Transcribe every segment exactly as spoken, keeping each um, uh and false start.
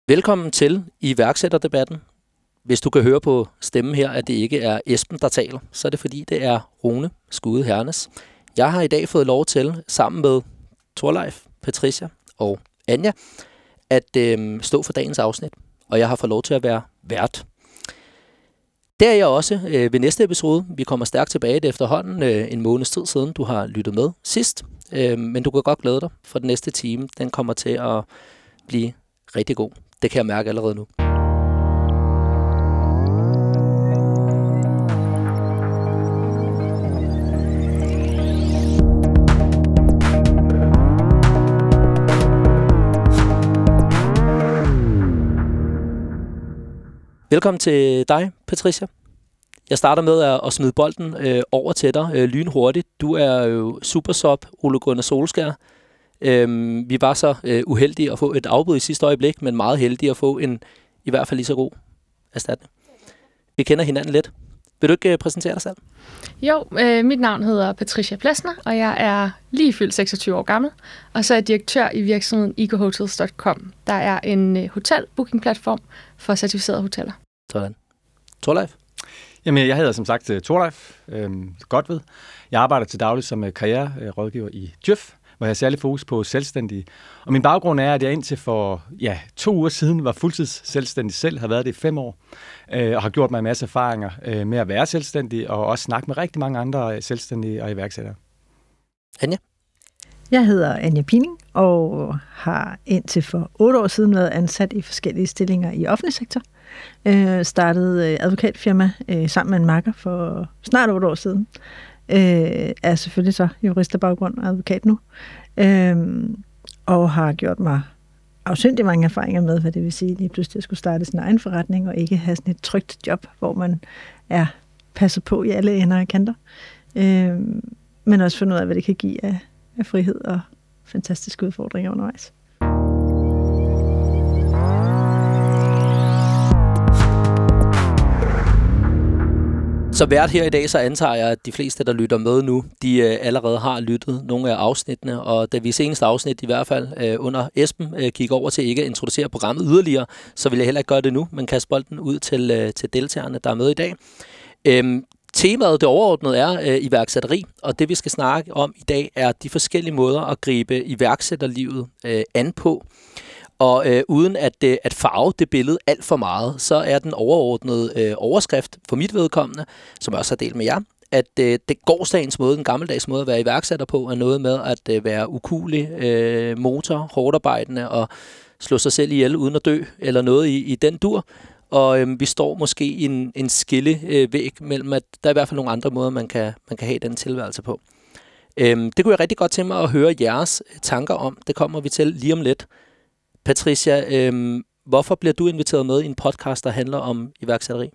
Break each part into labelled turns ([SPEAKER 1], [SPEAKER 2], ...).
[SPEAKER 1] Velkommen til iværksætterdebatten. Hvis du kan høre på stemmen her, at det ikke er Esben, der taler, så er det fordi, det er Rune Skude Hernes. Jeg har i dag fået lov til, sammen med Thorleif, Patricia og Anja, at øh, stå for dagens afsnit, og jeg har fået lov til at være vært. Der er jeg også øh, ved næste episode. Vi kommer stærkt tilbage det efterhånden øh, en måneds tid siden, du har lyttet med sidst. Øh, men du kan godt glæde dig, for den næste time, den kommer til at blive rigtig god. Det kan jeg mærke allerede nu. Velkommen til dig, Patricia. Jeg starter med at, at smide bolden øh, over til dig øh, lynhurtigt. Du er jo supersub Ole Gunnar Solskjær. Øhm, vi var så øh, uheldige at få et afbud i sidste øjeblik, men meget heldige at få en i hvert fald lige så god erstatning. Vi kender hinanden lidt. Vil du ikke øh, præsentere dig selv?
[SPEAKER 2] Jo, øh, mit navn hedder Patricia Plesner, og jeg er lige fyldt seksogtyve år gammel, og så er jeg direktør i virksomheden ecohotels punktum com. Der er en øh, hotelbookingplatform for certificerede hoteller.
[SPEAKER 1] Sådan. Thorleif?
[SPEAKER 3] Jamen, jeg hedder som sagt Thorleif øh, Godved. Jeg arbejder til daglig som karriererådgiver i Djøf, hvor jeg har særlig fokus på selvstændige. Og min baggrund er, at jeg indtil for ja, to uger siden var fuldtids selvstændig selv, har været det i fem år, øh, og har gjort mig en masse erfaringer øh, med at være selvstændig, og også snakke med rigtig mange andre selvstændige og iværksættere.
[SPEAKER 1] Anja?
[SPEAKER 4] Jeg hedder Anja Pining, og har indtil for otte år siden været ansat i forskellige stillinger i offentlig sektor. Øh, startede advokatfirma øh, sammen med en makker for snart otte år siden. Øh, er selvfølgelig så jurist af baggrund og advokat nu, øh, og har gjort mig afsindig mange erfaringer med, hvad det vil sige lige pludselig at skulle starte sin egen forretning, og ikke have sådan et trygt job, hvor man er passet på i alle ender og kanter, øh, men også finde ud af, hvad det kan give af, af frihed og fantastiske udfordringer undervejs.
[SPEAKER 1] Så vært her i dag, så antager jeg, at de fleste, der lytter med nu, de øh, allerede har lyttet nogle af afsnittene, og da vi i seneste afsnit i hvert fald øh, under Esben øh, gik over til ikke at introducere programmet yderligere, så vil jeg heller ikke gøre det nu, men kaste bolden ud til, øh, til deltagerne, der er med i dag. Øhm, temaet, det overordnede, er øh, iværksætteri, og det vi skal snakke om i dag, er de forskellige måder at gribe iværksætterlivet øh, an på. Og øh, uden at, øh, at farve det billede alt for meget, så er den overordnede øh, overskrift for mit vedkommende, som jeg også har delt med jer, at øh, det gårsdagens måde, den gammeldags måde at være iværksætter på, er noget med at øh, være ukuelig øh, motor, hårdarbejdende og slå sig selv ihjel uden at dø, eller noget i, i den dur. Og øh, vi står måske i en, en skillevæg øh, mellem, at der er i hvert fald nogle andre måder, man kan, man kan have den tilværelse på. Øh, det kunne jeg rigtig godt tænke mig at høre jeres tanker om. Det kommer vi til lige om lidt. Patricia, øhm, hvorfor bliver du inviteret med i en podcast, der handler om iværksætteri?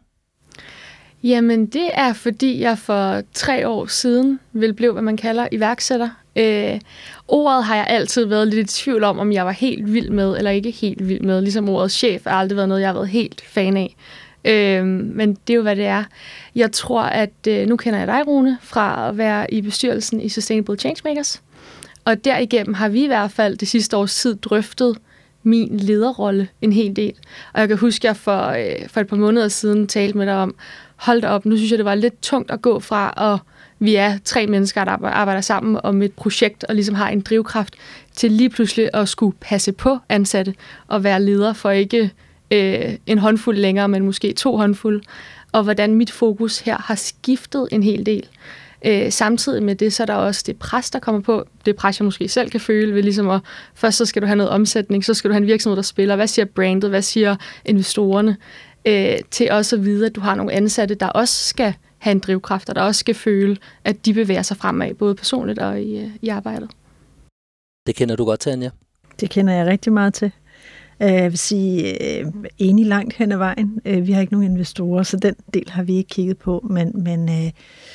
[SPEAKER 2] Jamen, det er, fordi jeg for tre år siden ville blive, hvad man kalder iværksætter. Øh, ordet har jeg altid været lidt i tvivl om, om jeg var helt vild med, eller ikke helt vild med. Ligesom ordet chef har aldrig været noget, jeg har været helt fan af. Øh, men det er jo, hvad det er. Jeg tror, at øh, nu kender jeg dig, Rune, fra at være i bestyrelsen i Sustainable Changemakers. Og derigennem har vi i hvert fald det sidste års tid drøftet min lederrolle en hel del. Og jeg kan huske, at jeg for, øh, for et par måneder siden talte med dig om, hold da op, nu synes jeg, det var lidt tungt at gå fra, og vi er tre mennesker, der arbejder sammen om et projekt, og ligesom har en drivkraft, til lige pludselig at skulle passe på ansatte, og være leder for ikke øh, en håndfuld længere, men måske to håndfulde. Og hvordan mit fokus her har skiftet en hel del. Øh, samtidig med det, så er der også det pres, der kommer på. Det pres, jeg måske selv kan føle ved ligesom at, først så skal du have noget omsætning, så skal du have en virksomhed, der spiller. Hvad siger brandet? Hvad siger investorerne? Øh, til også at vide, at du har nogle ansatte, der også skal have en drivkraft, og der også skal føle, at de bevæger sig fremad, både personligt og i, i arbejdet.
[SPEAKER 1] Det kender du godt til, Anja?
[SPEAKER 4] Det kender jeg rigtig meget til. Jeg vil sige, enig langt hen ad vejen. Vi har ikke nogen investorer, så den del har vi ikke kigget på, men, men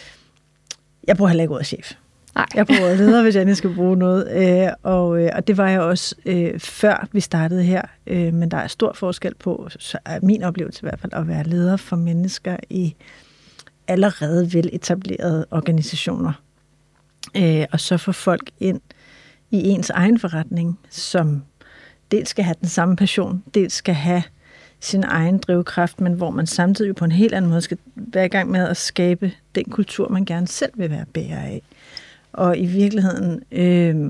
[SPEAKER 4] jeg bruger heller ikke ordet chef.
[SPEAKER 2] Nej.
[SPEAKER 4] Jeg bruger leder, hvis jeg skal bruge noget. Øh, og, og det var jeg også øh, før vi startede her. Øh, men der er stor forskel på, så er min oplevelse i hvert fald, at være leder for mennesker i allerede veletablerede organisationer. Øh, og så få folk ind i ens egen forretning, som dels skal have den samme passion, dels skal have sin egen drivkraft, men hvor man samtidig på en helt anden måde skal være i gang med at skabe den kultur, man gerne selv vil være bærer af. Og i virkeligheden øh,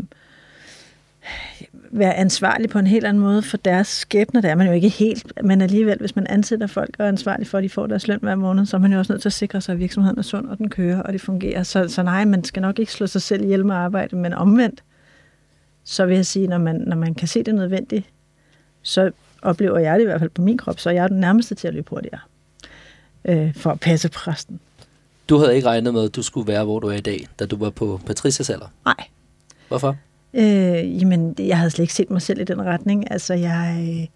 [SPEAKER 4] være ansvarlig på en helt anden måde for deres skæbner. Der er man jo ikke helt, men alligevel, hvis man ansætter folk og er ansvarlig for, at de får deres løn hver måned, så er man jo også nødt til at sikre sig, at virksomheden er sund, og den kører, og det fungerer. Så, så nej, man skal nok ikke slå sig selv ihjel med arbejde, men omvendt, så vil jeg sige, når man, når man kan se det nødvendigt, så oplever jeg det i hvert fald på min krop, så jeg er den nærmeste til at løbe hurtigere øh, for at passe på resten.
[SPEAKER 1] Du havde ikke regnet med, at du skulle være, hvor du er i dag, da du var på Patricias alder?
[SPEAKER 4] Nej.
[SPEAKER 1] Hvorfor?
[SPEAKER 4] Øh, jamen, jeg havde slet ikke set mig selv i den retning. Altså, jeg...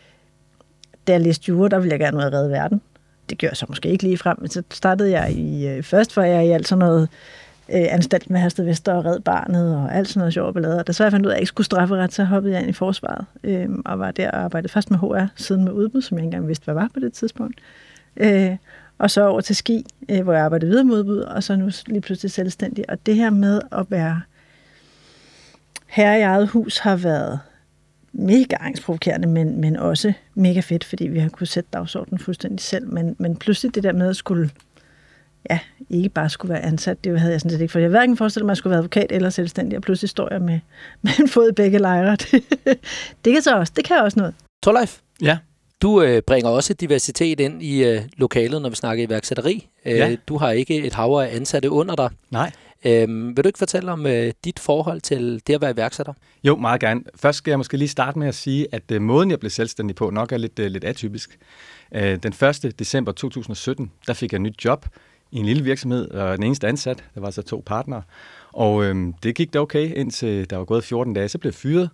[SPEAKER 4] Da jeg læste jura, der ville jeg gerne have reddet verden. Det gør jeg så måske ikke lige frem, men så startede jeg i... Øh, først var jeg i alt sådan noget øh, anstalt med Hersted Vester og Red Barnet og alt sådan noget sjov ballade. Og da så jeg fandt ud af, at jeg ikke skulle strafferet, så hoppede jeg ind i forsvaret øh, og var der og arbejdede først med H R, siden med udbud, som jeg ikke engang vidste, hvad var på det tidspunkt. Øh, og så over til ski, øh, hvor jeg arbejdede videre med udbud, og så nu lige pludselig selvstændig. Og det her med at være herre i eget hus har været mega angstprovokerende, men, men også mega fedt, fordi vi har kunnet sætte dagsordenen fuldstændig selv. Men, men pludselig det der med at skulle, ja, ikke bare skulle være ansat, det havde jeg sådan set ikke, for jeg hverken forestillet mig, at jeg skulle være advokat eller selvstændig, og pludselig står jeg med, med en fod i begge lejre. Det kan så også, det kan også noget.
[SPEAKER 1] Torleif?
[SPEAKER 3] Ja.
[SPEAKER 1] Du øh, bringer også diversitet ind i øh, lokalet, når vi snakker iværksætteri. Øh,
[SPEAKER 3] Ja.
[SPEAKER 1] Du har ikke et hav af ansatte under dig.
[SPEAKER 3] Nej.
[SPEAKER 1] Øhm, vil du ikke fortælle om øh, dit forhold til det at være iværksætter?
[SPEAKER 3] Jo, meget gerne. Først skal jeg måske lige starte med at sige, at øh, måden, jeg blev selvstændig på, nok er lidt, øh, lidt atypisk. Øh, den første december to tusind og sytten, der fik jeg et nyt job i en lille virksomhed, og den eneste ansat, der var så to partnere. Og øh, det gik da okay, indtil der var gået fjorten dage, så blev jeg fyret.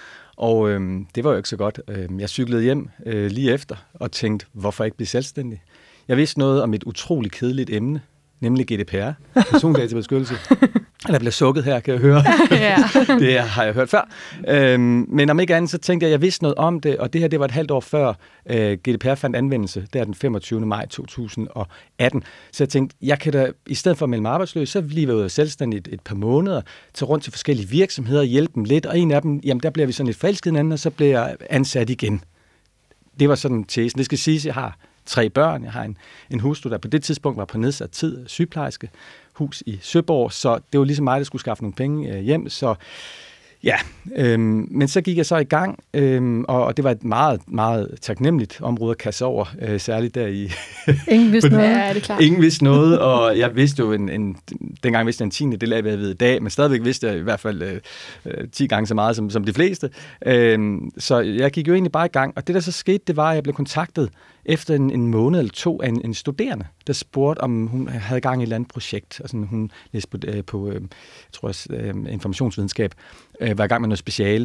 [SPEAKER 3] Og øh, det var jo ikke så godt. Jeg cyklede hjem øh, lige efter og tænkte, hvorfor ikke blive selvstændig? Jeg vidste noget om et utroligt kedeligt emne, nemlig G D P R, persondatabeskyttelse. Der bliver sukket her, kan jeg høre.
[SPEAKER 2] Ja.
[SPEAKER 3] Det har jeg hørt før. Øhm, men om ikke andet, så tænkte jeg, at jeg vidste noget om det, og det her det var et halvt år før øh, G D P R fandt anvendelse. Det er den femogtyvende maj to tusind og atten. Så jeg tænkte, jeg kan da, i stedet for at melde mig arbejdsløs, så lige være ude af selvstændig et, et par måneder, tage rundt til forskellige virksomheder, hjælpe dem lidt, og en af dem, jamen der bliver vi sådan lidt forelsket hinanden, og så bliver jeg ansat igen. Det var sådan tesen. Det skal siges, at jeg har tre børn. Jeg har en, en hustru, der på det tidspunkt var på nedsat tid, sygeplejerske, hus i Søborg, så det var ligesom mig, der skulle skaffe nogle penge øh, hjem, så ja, øhm, men så gik jeg så i gang, øhm, og, og det var et meget, meget taknemmeligt område at kaste over, øh, særligt der i...
[SPEAKER 4] Ingen vidste noget.
[SPEAKER 2] Ja, det er klart.
[SPEAKER 3] Ingen vidste noget, og jeg vidste jo, en, en, dengang vidste jeg en tiende del af, hvad jeg ved i dag, men stadigvæk vidste jeg i hvert fald øh, øh, ti gange så meget som, som de fleste. Øhm, så jeg gik jo egentlig bare i gang, og det der så skete, det var, at jeg blev kontaktet efter en, en måned eller to af en, en studerende, der spurgte, om hun havde gang i et eller andet projekt. Altså, hun læste på, øh, på øh, jeg tror, øh, informationsvidenskab, øh, var i gang med noget speciale.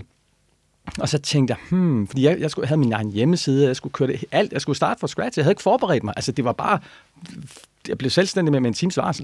[SPEAKER 3] Og så tænkte jeg, hmm, fordi jeg, jeg skulle, havde min egen hjemmeside, jeg skulle køre det alt, jeg skulle starte fra scratch, jeg havde ikke forberedt mig. Altså, det var bare, jeg blev selvstændig med, med en times varsel.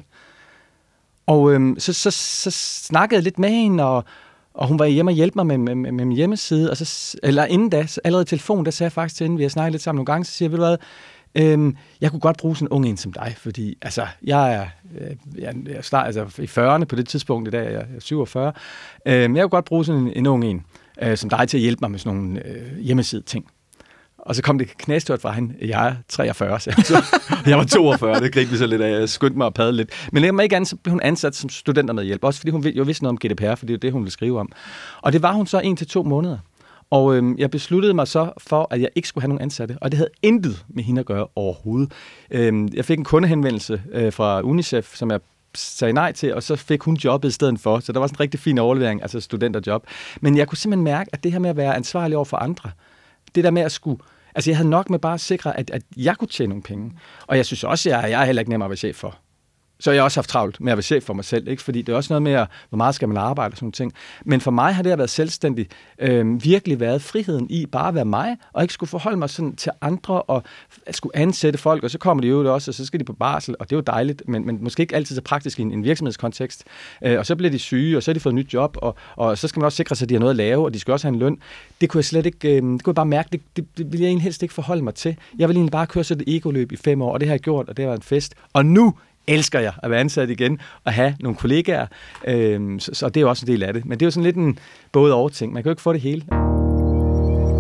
[SPEAKER 3] Og øh, så, så, så snakkede jeg lidt med hende, og Og hun var hjemme og hjalp mig med, med, med, med min hjemmeside, og så, eller inden da, allerede i telefon, der sagde jeg faktisk til hende, vi har snakket lidt sammen nogle gange, så siger jeg, ved du hvad, øhm, jeg kunne godt bruge sådan en ung en som dig, fordi altså, jeg er, jeg, jeg start, altså, i fyrrerne på det tidspunkt, i dag jeg er syvogfyrre, øhm, jeg kunne godt bruge sådan en, en ung en øh, som dig til at hjælpe mig med sådan nogle øh, hjemmeside-ting. Og så kom det knæstørt fra hende, jeg er treogfyrre, så jeg var toogfyrre, det grinte vi så lidt af, jeg skyndte mig at padle lidt. Men om ikke andet, så blev hun ansat som studenter med hjælp, også fordi hun jo vidste noget om G D P R, for det er det, hun ville skrive om. Og det var hun så en til to måneder. Og øhm, jeg besluttede mig så for, at jeg ikke skulle have nogen ansatte, og det havde intet med hende at gøre overhovedet. Øhm, jeg fik en kundehenvendelse øh, fra UNICEF, som jeg sagde nej til, og så fik hun jobbet i stedet for, så der var sådan en rigtig fin overlevering, altså studenterjob. Men jeg kunne simpelthen mærke, at det her med at være ansvarlig over for andre, det der med at skulle... Altså, jeg havde nok med bare at sikre, at, at jeg kunne tjene nogle penge. Og jeg synes også, at jeg, jeg er heller ikke nem at være chef for. Så jeg har også haft travlt med at være chef for mig selv, ikke? Fordi det er også noget med, at, hvor meget skal man arbejde og sådan nogle ting. Men for mig har det at være selvstændig øh, virkelig været friheden i bare at være mig, og ikke skulle forholde mig sådan til andre, og skulle ansætte folk, og så kommer de jo også, og så skal de på barsel, og det er jo dejligt, men, men måske ikke altid så praktisk i en, en virksomhedskontekst. Øh, og så bliver de syge, og så har de fået et nyt job, og, og så skal man også sikre sig, at de har noget at lave, og de skal også have en løn. Det kunne jeg slet ikke, øh, det kunne jeg bare mærke, det, det, det ville jeg egentlig helst ikke forholde mig til. Jeg ville egentlig bare køre sådan et egoløb i fem år, og det har jeg gjort, og det har været en fest. Og nu elsker jeg at være ansat igen og have nogle kollegaer, øhm, så, så det er jo også en del af det. Men det er jo sådan lidt en både over ting. Man kan jo ikke få det hele.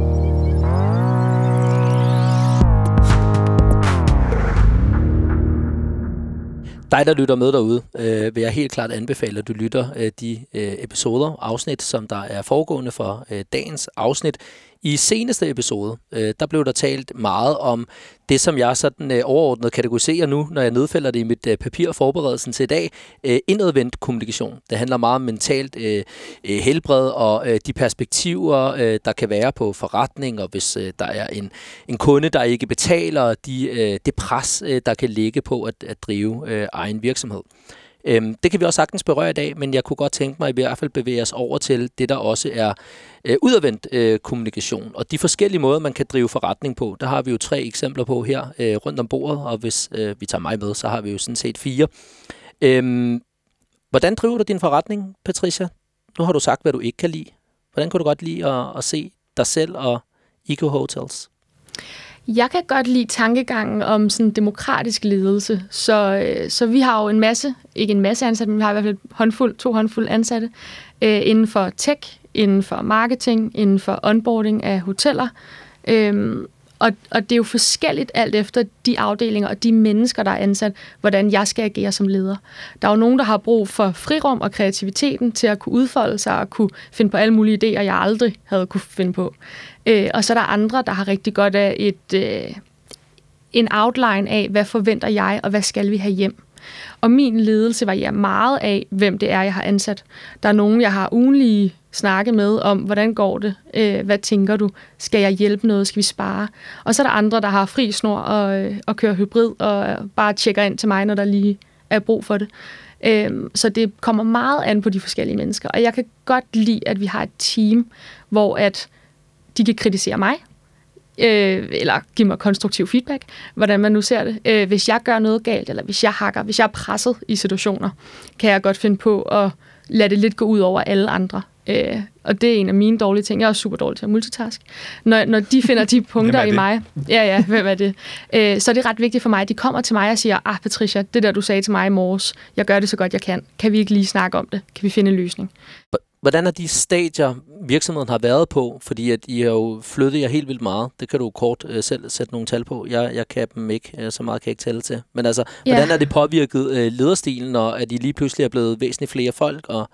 [SPEAKER 1] Dig, der lytter med derude, øh, vil jeg helt klart anbefale, at du lytter øh, de øh, episoder, afsnit, som der er foregående for øh, dagens afsnit. I seneste episode, øh, der blev der talt meget om det, som jeg sådan øh, overordnet kategoriserer nu, når jeg nedfælder det i mit øh, papir forberedelsen til i dag, øh, indadvendt kommunikation. Det handler meget om mentalt øh, øh, helbred og øh, de perspektiver, øh, der kan være på forretning, og hvis øh, der er en, en kunde, der ikke betaler, de, øh, det pres, øh, der kan ligge på at, at drive øh, egen virksomhed. Øhm, det kan vi også sagtens berøre i dag, men jeg kunne godt tænke mig i hvert fald bevæge os over til det, der også er øh, udadvendt øh, kommunikation. Og de forskellige måder, man kan drive forretning på, der har vi jo tre eksempler på her øh, rundt om bordet, og hvis øh, vi tager mig med, så har vi jo sådan set fire. Øhm, hvordan driver du din forretning, Patricia? Nu har du sagt, hvad du ikke kan lide. Hvordan kunne du godt lide at, at se dig selv og Ego Hotels?
[SPEAKER 2] Jeg kan godt lide tankegangen om sådan demokratisk ledelse, så, så vi har jo en masse, ikke en masse ansatte, men vi har i hvert fald håndfuld, to håndfulde ansatte øh, inden for tech, inden for marketing, inden for onboarding af hoteller. Øhm, og, og det er jo forskelligt alt efter de afdelinger og de mennesker, der er ansat, hvordan jeg skal agere som leder. Der er jo nogen, der har brug for frirum og kreativiteten til at kunne udfolde sig og kunne finde på alle mulige idéer, jeg aldrig havde kunne finde på. Øh, og så er der andre, der har rigtig godt af et, øh, en outline af, hvad forventer jeg, og hvad skal vi have hjem. Og min ledelse varierer meget af, hvem det er, jeg har ansat. Der er nogen, jeg har ugenlige snakke med om, hvordan går det, øh, hvad tænker du, skal jeg hjælpe noget, skal vi spare? Og så er der andre, der har fri snor og, øh, og kører hybrid og bare tjekker ind til mig, når der lige er brug for det. Øh, så det kommer meget an på de forskellige mennesker. Og jeg kan godt lide, at vi har et team, hvor at de kan kritisere mig, øh, eller give mig konstruktiv feedback, hvordan man nu ser det. Øh, hvis jeg gør noget galt, eller hvis jeg hakker, hvis jeg er presset i situationer, kan jeg godt finde på at lade det lidt gå ud over alle andre. Øh, og det er en af mine dårlige ting. Jeg er også super dårlig til at multitask. Når, når de finder de punkter i mig, ja, ja, hvem er det? Øh, så er det ret vigtigt for mig, at de kommer til mig og siger, ah, Patricia, det der, du sagde til mig i morges, jeg gør det så godt, jeg kan. Kan vi ikke lige snakke om det? Kan vi finde en løsning?
[SPEAKER 1] Hvordan er de stadier, virksomheden har været på? Fordi at I har jo flyttet jer helt vildt meget. Det kan du kort uh, selv sætte nogle tal på. Jeg, jeg kan dem ikke. Uh, så meget kan jeg ikke tælle til. Men altså, ja. Hvordan er det påvirket uh, lederstilen, og at I lige pludselig er blevet væsentligt flere folk? Og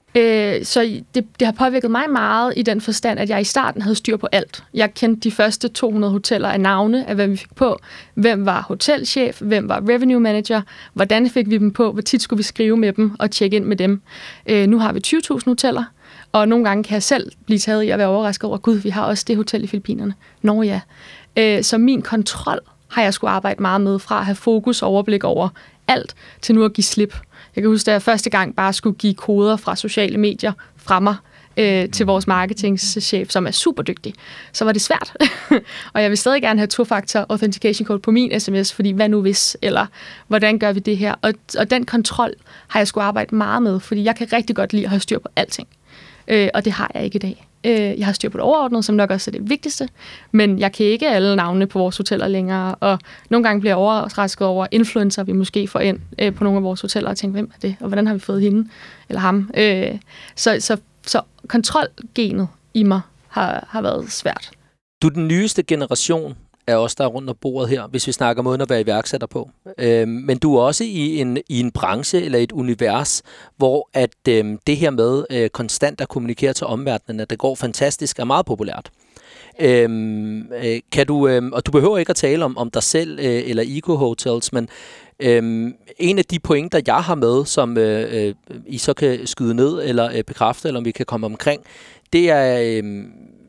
[SPEAKER 2] Øh, så det, det har påvirket mig meget i den forstand, at jeg i starten havde styr på alt. Jeg kendte de første to hundrede hoteller af navne, af hvad vi fik på. Hvem var hotelchef? Hvem var revenue manager? Hvordan fik vi dem på? Hvor tit skulle vi skrive med dem og tjekke ind med dem? Øh, nu har vi tyve tusind hoteller, og nogle gange kan jeg selv blive taget i at være overrasket over, gud, vi har også det hotel i Filippinerne. Nå ja. Øh, så min kontrol har jeg skulle arbejde meget med, fra at have fokus og overblik over alt, til nu at give slip. Jeg kan huske, at jeg første gang bare skulle give koder fra sociale medier fra mig øh, til vores marketingchef, som er super dygtig. Så var det svært. Og jeg vil stadig gerne have to-factor authentication code på min sms, fordi hvad nu hvis? Eller hvordan gør vi det her? Og, og den kontrol har jeg skulle arbejde meget med, fordi jeg kan rigtig godt lide at have styr på alting. Øh, og det har jeg ikke i dag. Jeg har styr på det overordnet, som nok også er det vigtigste, men jeg kan ikke alle navnene på vores hoteller længere, og nogle gange bliver jeg overrasket over influencer, vi måske får ind øh, på nogle af vores hoteller, og tænker, hvem er det, og hvordan har vi fået hende eller ham? Øh, så, så, så kontrolgenet i mig har, har været svært.
[SPEAKER 1] Du er den nyeste generation af os, der er rundt om bordet her, hvis vi snakker måden at være iværksætter på. Øh, men du er også i en, i en branche eller et univers, hvor at øh, det her med øh, konstant at kommunikere til omverdenen, at det går fantastisk, er meget populært. Øh, øh, kan du, øh, og du behøver ikke at tale om, om dig selv øh, eller Ego Hotels, men øh, en af de pointer, jeg har med, som øh, øh, I så kan skyde ned eller øh, bekræfte, eller om vi kan komme omkring, det er Øh,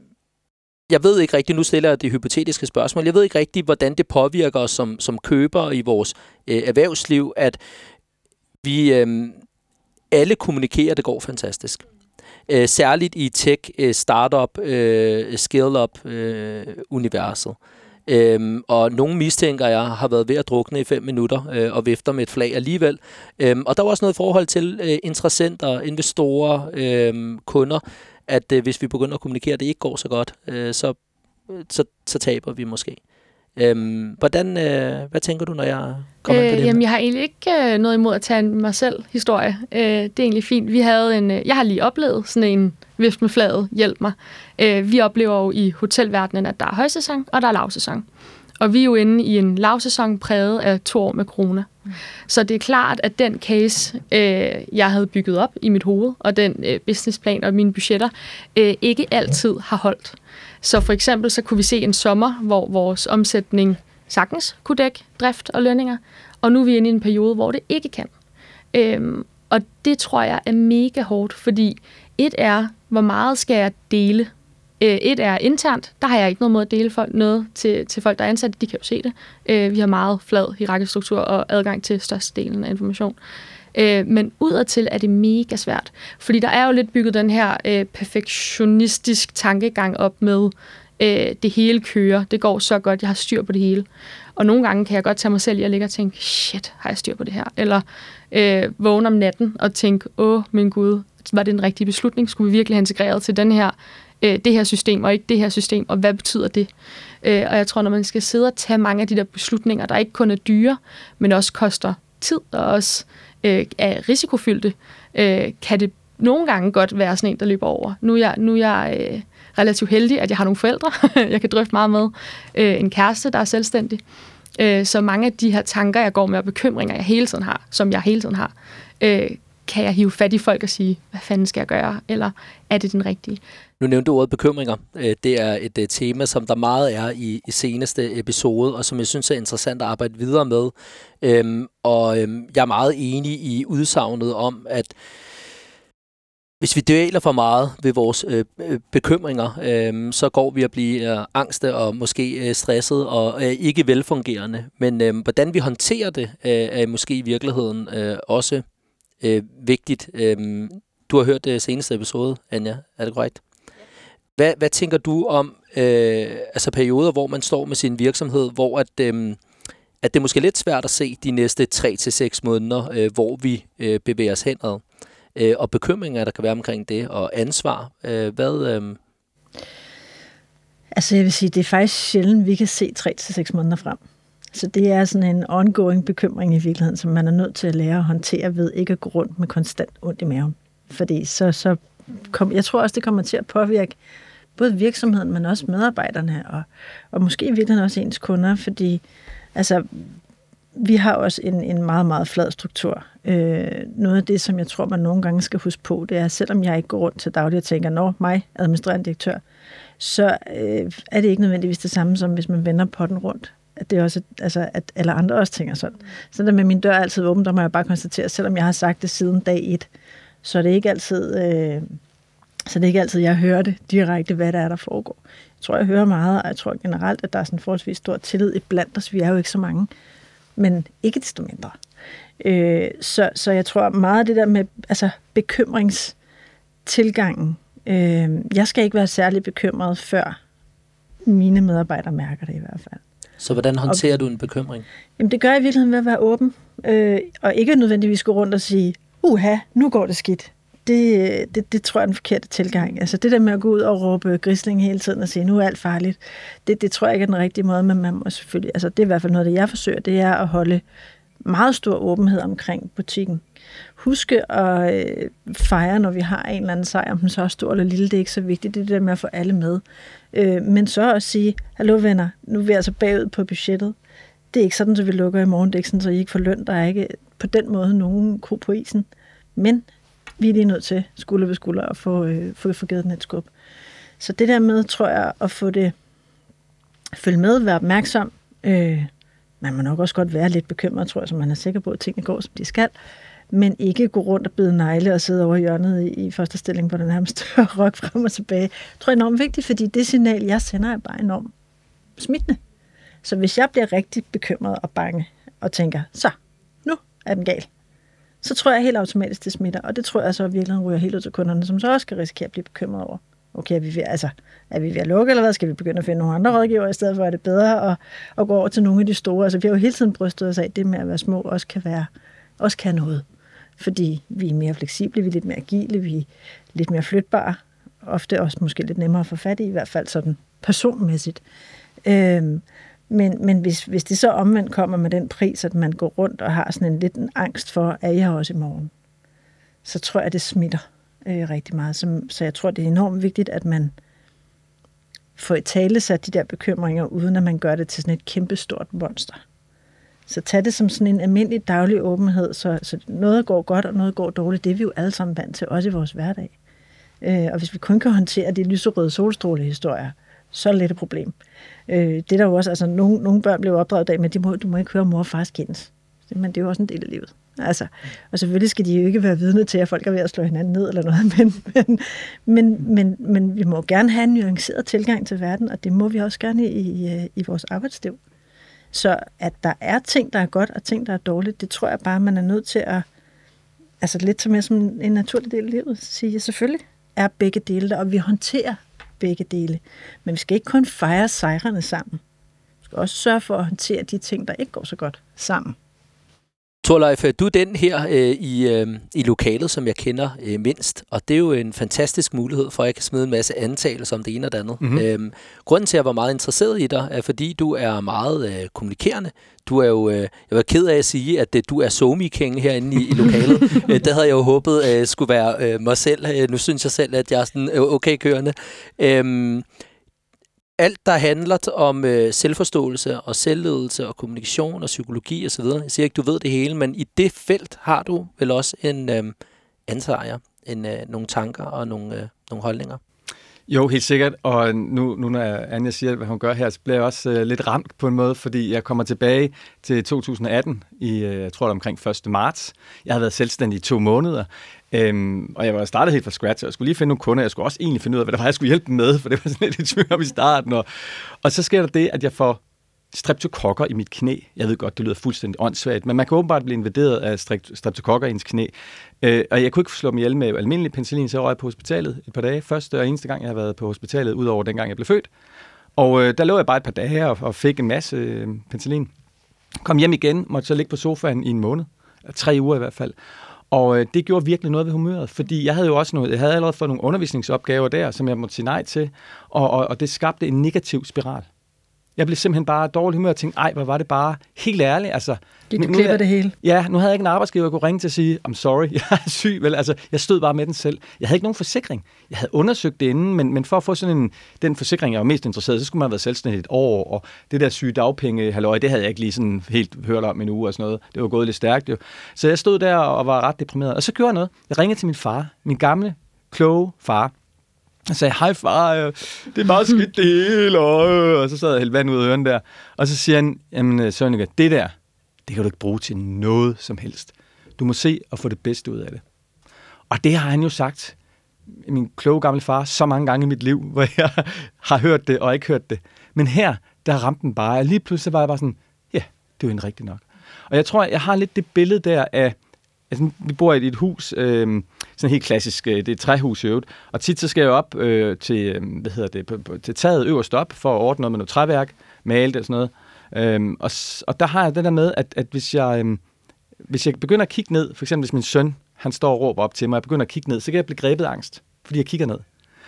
[SPEAKER 1] Jeg ved ikke rigtigt, nu stiller jeg det hypotetiske spørgsmål, jeg ved ikke rigtigt, hvordan det påvirker os som, som købere i vores øh, erhvervsliv, at vi øh, alle kommunikerer, det går fantastisk. Øh, særligt i tech, øh, startup, øh, scale-up øh, universet. Øhm, og nogle mistænker jeg har været ved at drukne i fem minutter øh, og vifter med et flag alligevel. Øhm, og der var også noget forhold til øh, interessenter, investorer, øh, kunder, at øh, hvis vi begynder at kommunikere, at det ikke går så godt, øh, så, så, så taber vi måske. Øhm, hvordan, øh, hvad tænker du, når jeg kommer øh, ind på det?
[SPEAKER 2] Jamen, jeg har egentlig ikke øh, noget imod at tage en mig selv historie. Øh, det er egentlig fint. Vi havde en, øh, jeg har lige oplevet sådan en vift med flaget, hjælp mig. Øh, vi oplever jo i hotelverdenen, at der er højsæson, og der er lavsæson. og vi er jo inde i en lavsæson præget af to år med corona. Mm. Så det er klart, at den case, øh, jeg havde bygget op i mit hoved, og den øh, businessplan og mine budgetter, øh, ikke altid har holdt. Så for eksempel så kunne vi se en sommer, hvor vores omsætning sagtens kunne dække drift og lønninger, og nu er vi inde i en periode, hvor det ikke kan. Øhm, og det tror jeg er mega hårdt, fordi et er, hvor meget skal jeg dele? Øh, et er internt, der har jeg ikke noget måde at dele for, noget til, til folk, der er ansat, de kan jo se det. Øh, vi har meget flad hierarkisk struktur og adgang til størstedelen af information. Øh, men udadtil er det mega svært, fordi der er jo lidt bygget den her øh, perfektionistisk tankegang op med, øh, det hele kører, det går så godt, jeg har styr på det hele. Og nogle gange kan jeg godt tage mig selv i at ligge og tænke, shit, har jeg styr på det her? Eller øh, vågne om natten og tænke, åh, min Gud, var det en rigtig beslutning? Skulle vi virkelig have integreret til den her, øh, det her system, og ikke det her system? Og hvad betyder det? Øh, og jeg tror, når man skal sidde og tage mange af de der beslutninger, der ikke kun er dyre, men også koster tid og også øh, er risikofyldte, øh, kan det nogle gange godt være sådan en, der løber over. Nu er jeg, nu er jeg øh, relativt heldig, at jeg har nogle forældre, jeg kan drøfte meget med, øh, en kæreste, der er selvstændig. Øh, så mange af de her tanker, jeg går med, og bekymringer, jeg hele tiden har, som jeg hele tiden har, øh, kan jeg hive fat i folk og sige, hvad fanden skal jeg gøre, eller er det den rigtige?
[SPEAKER 1] Nu nævnte du ordet bekymringer. Det er et tema, som der meget er i, i seneste episode, og som jeg synes er interessant at arbejde videre med. Øhm, og øhm, jeg er meget enig i udsagnet om, at hvis vi dvæler for meget ved vores øh, bekymringer, øh, så går vi at blive øh, angste og måske øh, stresset og øh, ikke velfungerende. Men øh, hvordan vi håndterer det, øh, er måske i virkeligheden øh, også øh, vigtigt. Øh, du har hørt det seneste episode, Anja, er det korrekt? Hvad, hvad tænker du om øh, altså perioder, hvor man står med sin virksomhed, hvor at, øh, at det er måske lidt svært at se de næste tre til seks måneder, øh, hvor vi øh, bevæger os henad? Øh, og bekymringer, der kan være omkring det, og ansvar. Øh, hvad? Øh...
[SPEAKER 4] Altså jeg vil sige, det er faktisk sjældent, vi kan se tre til seks måneder frem. Så det er sådan en ongoing bekymring i virkeligheden, som man er nødt til at lære at håndtere ved ikke at gå rundt med konstant ondt i maven. Fordi så, så kom, jeg tror også, det kommer til at påvirke både virksomheden, men også medarbejderne, og, og måske i virkeligheden også ens kunder, fordi altså vi har også en, en meget, meget flad struktur. Øh, noget af det, som jeg tror, man nogle gange skal huske på, det er, selvom jeg ikke går rundt til daglig og tænker, nå, mig, administrerende direktør, så øh, er det ikke nødvendigvis det samme, som hvis man vender potten rundt. At det også, altså, at alle andre også tænker sådan. Så der med min dør er altid åben, der må jeg bare konstatere, selvom jeg har sagt det siden dag et, så er det ikke altid, øh, så det er ikke altid, jeg hører det direkte, hvad der er, der foregår. Jeg tror, jeg hører meget, og jeg tror generelt, at der er sådan forholdsvis stor tillid iblandt os. Vi er jo ikke så mange, men ikke desto mindre. Øh, så, så jeg tror meget af det der med altså, bekymringstilgangen, øh, jeg skal ikke være særlig bekymret, før mine medarbejdere mærker det i hvert fald.
[SPEAKER 1] Så hvordan håndterer og, du en bekymring? Jamen
[SPEAKER 4] det gør jeg i virkeligheden ved at være åben, øh, og ikke nødvendigvis gå rundt og sige, uha, nu går det skidt. Det, det, det tror jeg er den forkerte tilgang. Altså det der med at gå ud og råbe grisling hele tiden og sige, nu er alt farligt, det, det tror jeg ikke er den rigtige måde, men man må selvfølgelig, altså det er i hvert fald noget, det jeg forsøger, det er at holde meget stor åbenhed omkring butikken. Huske at øh, fejre, når vi har en eller anden sejr, om den så er stor eller lille, det er ikke så vigtigt, det er det der med at få alle med. Øh, men så også sige, hallo venner, nu er vi altså bagud på budgettet. Det er ikke sådan, at vi lukker i morgen, det er ikke sådan, at I ikke får løn, der er ikke på den måde nogen ko på isen. Men vi er lige nødt til skulder ved skulder at få, øh, få, få givet den et skub. Så det der med, tror jeg, at få det, følge med, være opmærksom. Øh, man må nok også godt være lidt bekymret, tror jeg, så man er sikker på, at tingene går, som de skal. Men ikke gå rundt og bide negle og sidde over hjørnet i, i første stilling på den nærmeste rock frem og tilbage. Jeg tror jeg er enormt vigtigt, fordi det signal, jeg sender, er bare enormt smittende. Så hvis jeg bliver rigtig bekymret og bange og tænker, så, nu er den gal, så tror jeg helt automatisk, det smitter. Og det tror jeg så virkelig ryger helt ud til kunderne, som så også skal risikere at blive bekymret over. Okay, er vi ved, altså, er vi ved at lukke, eller hvad? Skal vi begynde at finde nogle andre rådgivere, i stedet for at det er bedre at, at gå over til nogle af de store? Altså, vi har jo hele tiden brystet os af, at det med at være små også kan være, også kan noget. Fordi vi er mere fleksible, vi er lidt mere agile, vi er lidt mere flytbare. Ofte også måske lidt nemmere at få fat i, i hvert fald sådan personmæssigt. Øhm, men men hvis, hvis det så omvendt kommer med den pris, at man går rundt og har sådan en lidt en angst for, at jeg også i morgen, så tror jeg, det smitter øh, rigtig meget. Så, så jeg tror, det er enormt vigtigt, at man få i tale sat de der bekymringer, uden at man gør det til sådan et kæmpestort monster. Så tag det som sådan en almindelig daglig åbenhed, så, så noget går godt, og noget går dårligt. Det er vi jo alle sammen vant til, også i vores hverdag. Øh, og hvis vi kun kan håndtere de lyserøde solstrålehistorier, så er det lidt et problem. Øh, det er der jo også, altså nogle, nogle børn bliver opdraget af, men de må, du må ikke høre mor og far skændes. Men det er jo også en del af livet. Altså, og selvfølgelig skal de jo ikke være vidne til, at folk er ved at slå hinanden ned eller noget, men, men, men, men, men vi må gerne have en nuanceret tilgang til verden, og det må vi også gerne i, i, i vores arbejdsliv. Så at der er ting, der er godt, og ting, der er dårligt, det tror jeg bare, man er nødt til at, altså lidt som, som en naturlig del af livet, sige, at selvfølgelig er begge dele der, og vi håndterer begge dele. Men vi skal ikke kun fejre sejrene sammen. Vi skal også sørge for at håndtere de ting, der ikke går så godt sammen.
[SPEAKER 1] Thorleif, du er den her øh, i, øh, i lokalet, som jeg kender øh, mindst, og det er jo en fantastisk mulighed for, at jeg kan smide en masse antagelser om det ene og det andet. Mm-hmm. Øhm, grunden til, at jeg var meget interesseret i dig, er, fordi du er meget øh, kommunikerende. Du er jo, øh, jeg var ked af at sige, at øh, du er somi-king herinde i, i lokalet. øh, det havde jeg jo håbet øh, skulle være øh, mig selv. Øh, nu synes jeg selv, at jeg er sådan øh, okay kørende. Øhm, Alt, der handler om øh, selvforståelse og selvledelse og kommunikation og psykologi osv. Jeg siger ikke, du ved det hele, men i det felt har du vel også en øh, antager, en, øh, nogle tanker og nogle, øh, nogle holdninger.
[SPEAKER 3] Jo, helt sikkert. Og nu, nu når Anja siger, hvad hun gør her, så bliver jeg også øh, lidt ramt på en måde, fordi jeg kommer tilbage til to tusind atten, i, øh, jeg tror det omkring første marts. Jeg har været selvstændig i to måneder, øhm, og jeg var startet helt fra scratch, og jeg skulle lige finde nogle kunder. Jeg skulle også egentlig finde ud af, hvad der var, jeg skulle hjælpe dem med, for det var sådan lidt i tvivl om i starten. Og, og så sker der det, at jeg får streptokokker i mit knæ. Jeg ved godt, det lyder fuldstændig åndssvagt, men man kan åbenbart blive invaderet af streptokokker i ens knæ. Øh, og jeg kunne ikke slå mig ihjel med almindelig penicillin, så jeg røg på hospitalet et par dage. Første og eneste gang, jeg har været på hospitalet, udover dengang jeg blev født. Og øh, der lå jeg bare et par dage og, og fik en masse øh, penicillin. Kom hjem igen, måtte så ligge på sofaen i en måned. Tre uger i hvert fald. Og øh, det gjorde virkelig noget ved humøret, fordi jeg havde jo også noget, jeg havde allerede fået nogle undervisningsopgaver der, som jeg måtte sige nej til, og, og, og det skabte en negativ spiral. Jeg blev simpelthen bare dårlig humør og tænkte, ej, hvor var det bare helt ærligt. Altså,
[SPEAKER 4] Gik du glip af det hele?
[SPEAKER 3] Ja, nu havde jeg ikke en arbejdsgiver, jeg kunne ringe til at sige, I'm sorry, jeg er syg. Vel, altså, jeg stod bare med den selv. Jeg havde ikke nogen forsikring. Jeg havde undersøgt det inden, men, men for at få sådan en, den forsikring, jeg var mest interesseret, så skulle man have været selvstændig et år, og det der syge dagpenge, halløj, det havde jeg ikke lige sådan helt hørt om en uge og sådan noget. Det var gået lidt stærkt jo. Så jeg stod der og var ret deprimeret. Og så gjorde jeg noget. Jeg ringede til min far, min gamle, kloge far. Jeg sagde, hej far, det er meget skidt det hele, og så sad jeg helt vand ud af ørerne der. Og så siger han, jamen Sønneke, det der, det kan du ikke bruge til noget som helst. Du må se og få det bedste ud af det. Og det har han jo sagt, min kloge gamle far, så mange gange i mit liv, hvor jeg har hørt det og ikke hørt det. Men her, der ramte den bare, og lige pludselig var jeg bare sådan, ja, det er jo en rigtig nok. Og jeg tror, jeg har lidt det billede der af, altså, vi bor i et hus, øh, sådan helt klassisk, det er et træhus i øvrigt, og tit så skal jeg op øh, til, hvad hedder det, på, på, til taget øverst op, for at ordne noget med noget træværk, male det og sådan noget. Øhm, og, og der har jeg det der med, at, at hvis, jeg, øh, hvis jeg begynder at kigge ned, for eksempel hvis min søn, han står og råber op til mig, og jeg begynder at kigge ned, så kan jeg blive grebet af angst, fordi jeg kigger ned.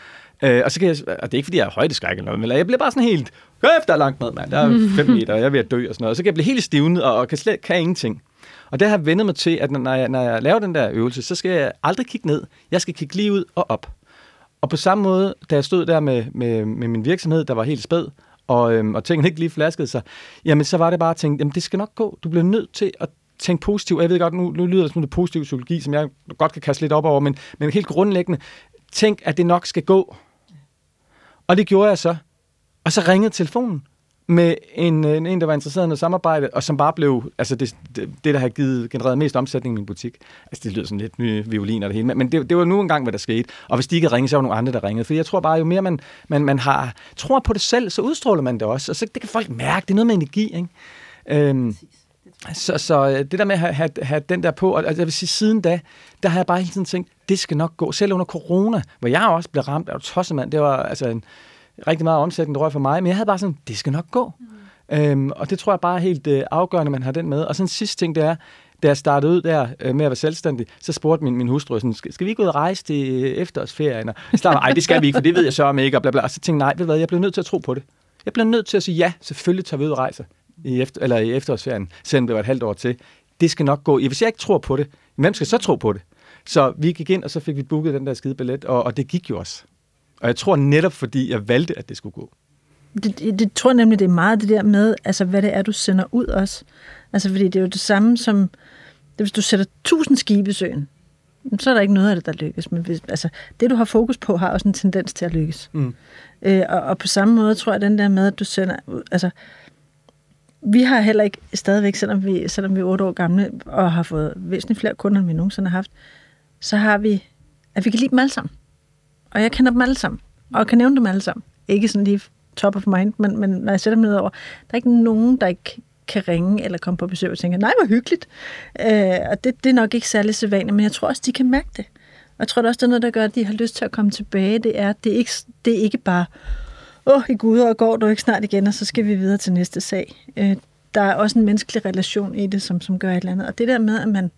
[SPEAKER 3] Øh, og så kan jeg, og det er ikke fordi jeg er højdeskræk eller noget, men jeg bliver bare sådan helt, køft, der er langt ned, mand, der er fem meter, og jeg er ved at dø og sådan noget, og så kan jeg blive helt stivnet, og, og kan slet kan ingenting. Og det har jeg vendt mig til, at når jeg, når jeg laver den der øvelse, så skal jeg aldrig kigge ned. Jeg skal kigge lige ud og op. Og på samme måde, da jeg stod der med, med, med min virksomhed, der var helt spæd, og, øhm, og tingene ikke lige flaskede sig, jamen så var det bare at tænke, jamen det skal nok gå. Du bliver nødt til at tænke positivt. Jeg ved godt, nu, nu lyder det som det positive psykologi, som jeg godt kan kaste lidt op over, men, men helt grundlæggende, tænk, at det nok skal gå. Og det gjorde jeg så. Og så ringede telefonen med en, en, der var interesseret i noget samarbejde, og som bare blev, altså det, det, det der har givet, genereret mest omsætning i min butik. Altså det lyder sådan lidt nye violiner og det hele, men det, det var nu engang, hvad der skete. Og hvis de ikke ringede, så var nogle andre, der ringede. For jeg tror bare, jo mere man, man, man har, tror på det selv, så udstråler man det også. Og så det kan folk mærke, det er noget med energi, ikke? Øhm, så, så det der med at have, have, have den der på, og jeg vil sige, siden da, der har jeg bare hele tiden tænkt, det skal nok gå. Selv under corona, hvor jeg også blev ramt af tossemand, det var altså en rigtig meget omsætning, det røg for mig, men jeg havde bare sådan, det skal nok gå. Mm. Øhm, og det tror jeg bare er helt øh, afgørende, man har den med. Og så en sidste ting, det er, da jeg startede ud der øh, med at være selvstændig, så spurgte min, min hustru sådan, skal, skal vi ikke ud og rejse til efterårsferien? Og jeg startede, ej, det skal vi ikke, for det ved jeg så ikke, og bla bla. Og så tænkte jeg, nej, ved du hvad, jeg blev nødt til at tro på det. Jeg blev nødt til at sige, ja, selvfølgelig tager vi ud og rejser i, efter, eller i efterårsferien, selvom det var et halvt år til. Det skal nok gå. Hvis jeg ikke tror på det, hvem skal så tro på det? Så vi gik ind, og så fik vi booket den der skide billet, og, og det gik jo også. Og jeg tror netop, fordi jeg valgte, at det skulle gå.
[SPEAKER 4] Det, det, det tror jeg nemlig, det er meget det der med, altså hvad det er, du sender ud også. Altså fordi det er jo det samme som, det, hvis du sætter tusind skibe i søen, så er der ikke noget af det, der lykkes. Men hvis, altså, det, du har fokus på, har også en tendens til at lykkes. Mm. Øh, og, og på samme måde tror jeg, den der med, at du sender ud, altså vi har heller ikke stadigvæk, selvom vi, selvom vi er otte år gamle, og har fået væsentligt flere kunder, end vi nogensinde har haft, så har vi, at vi kan lide dem alle sammen. Og jeg kender dem alle sammen, og kan nævne dem alle sammen. Ikke sådan lige top of mind, men, men når jeg sætter dem ned over, der er ikke nogen, der ikke kan ringe eller komme på besøg og tænke, nej, hvor hyggeligt. Øh, og det, det er nok ikke særlig sædvanligt, men jeg tror også, de kan mærke det. Og jeg tror det også, det er noget, der gør, at de har lyst til at komme tilbage. Det er, det er, ikke, det er ikke bare, åh, oh, i Gud, og går du ikke snart igen, og så skal vi videre til næste sag. Øh, der er også en menneskelig relation i det, som, som gør et eller andet. Og det der med, at man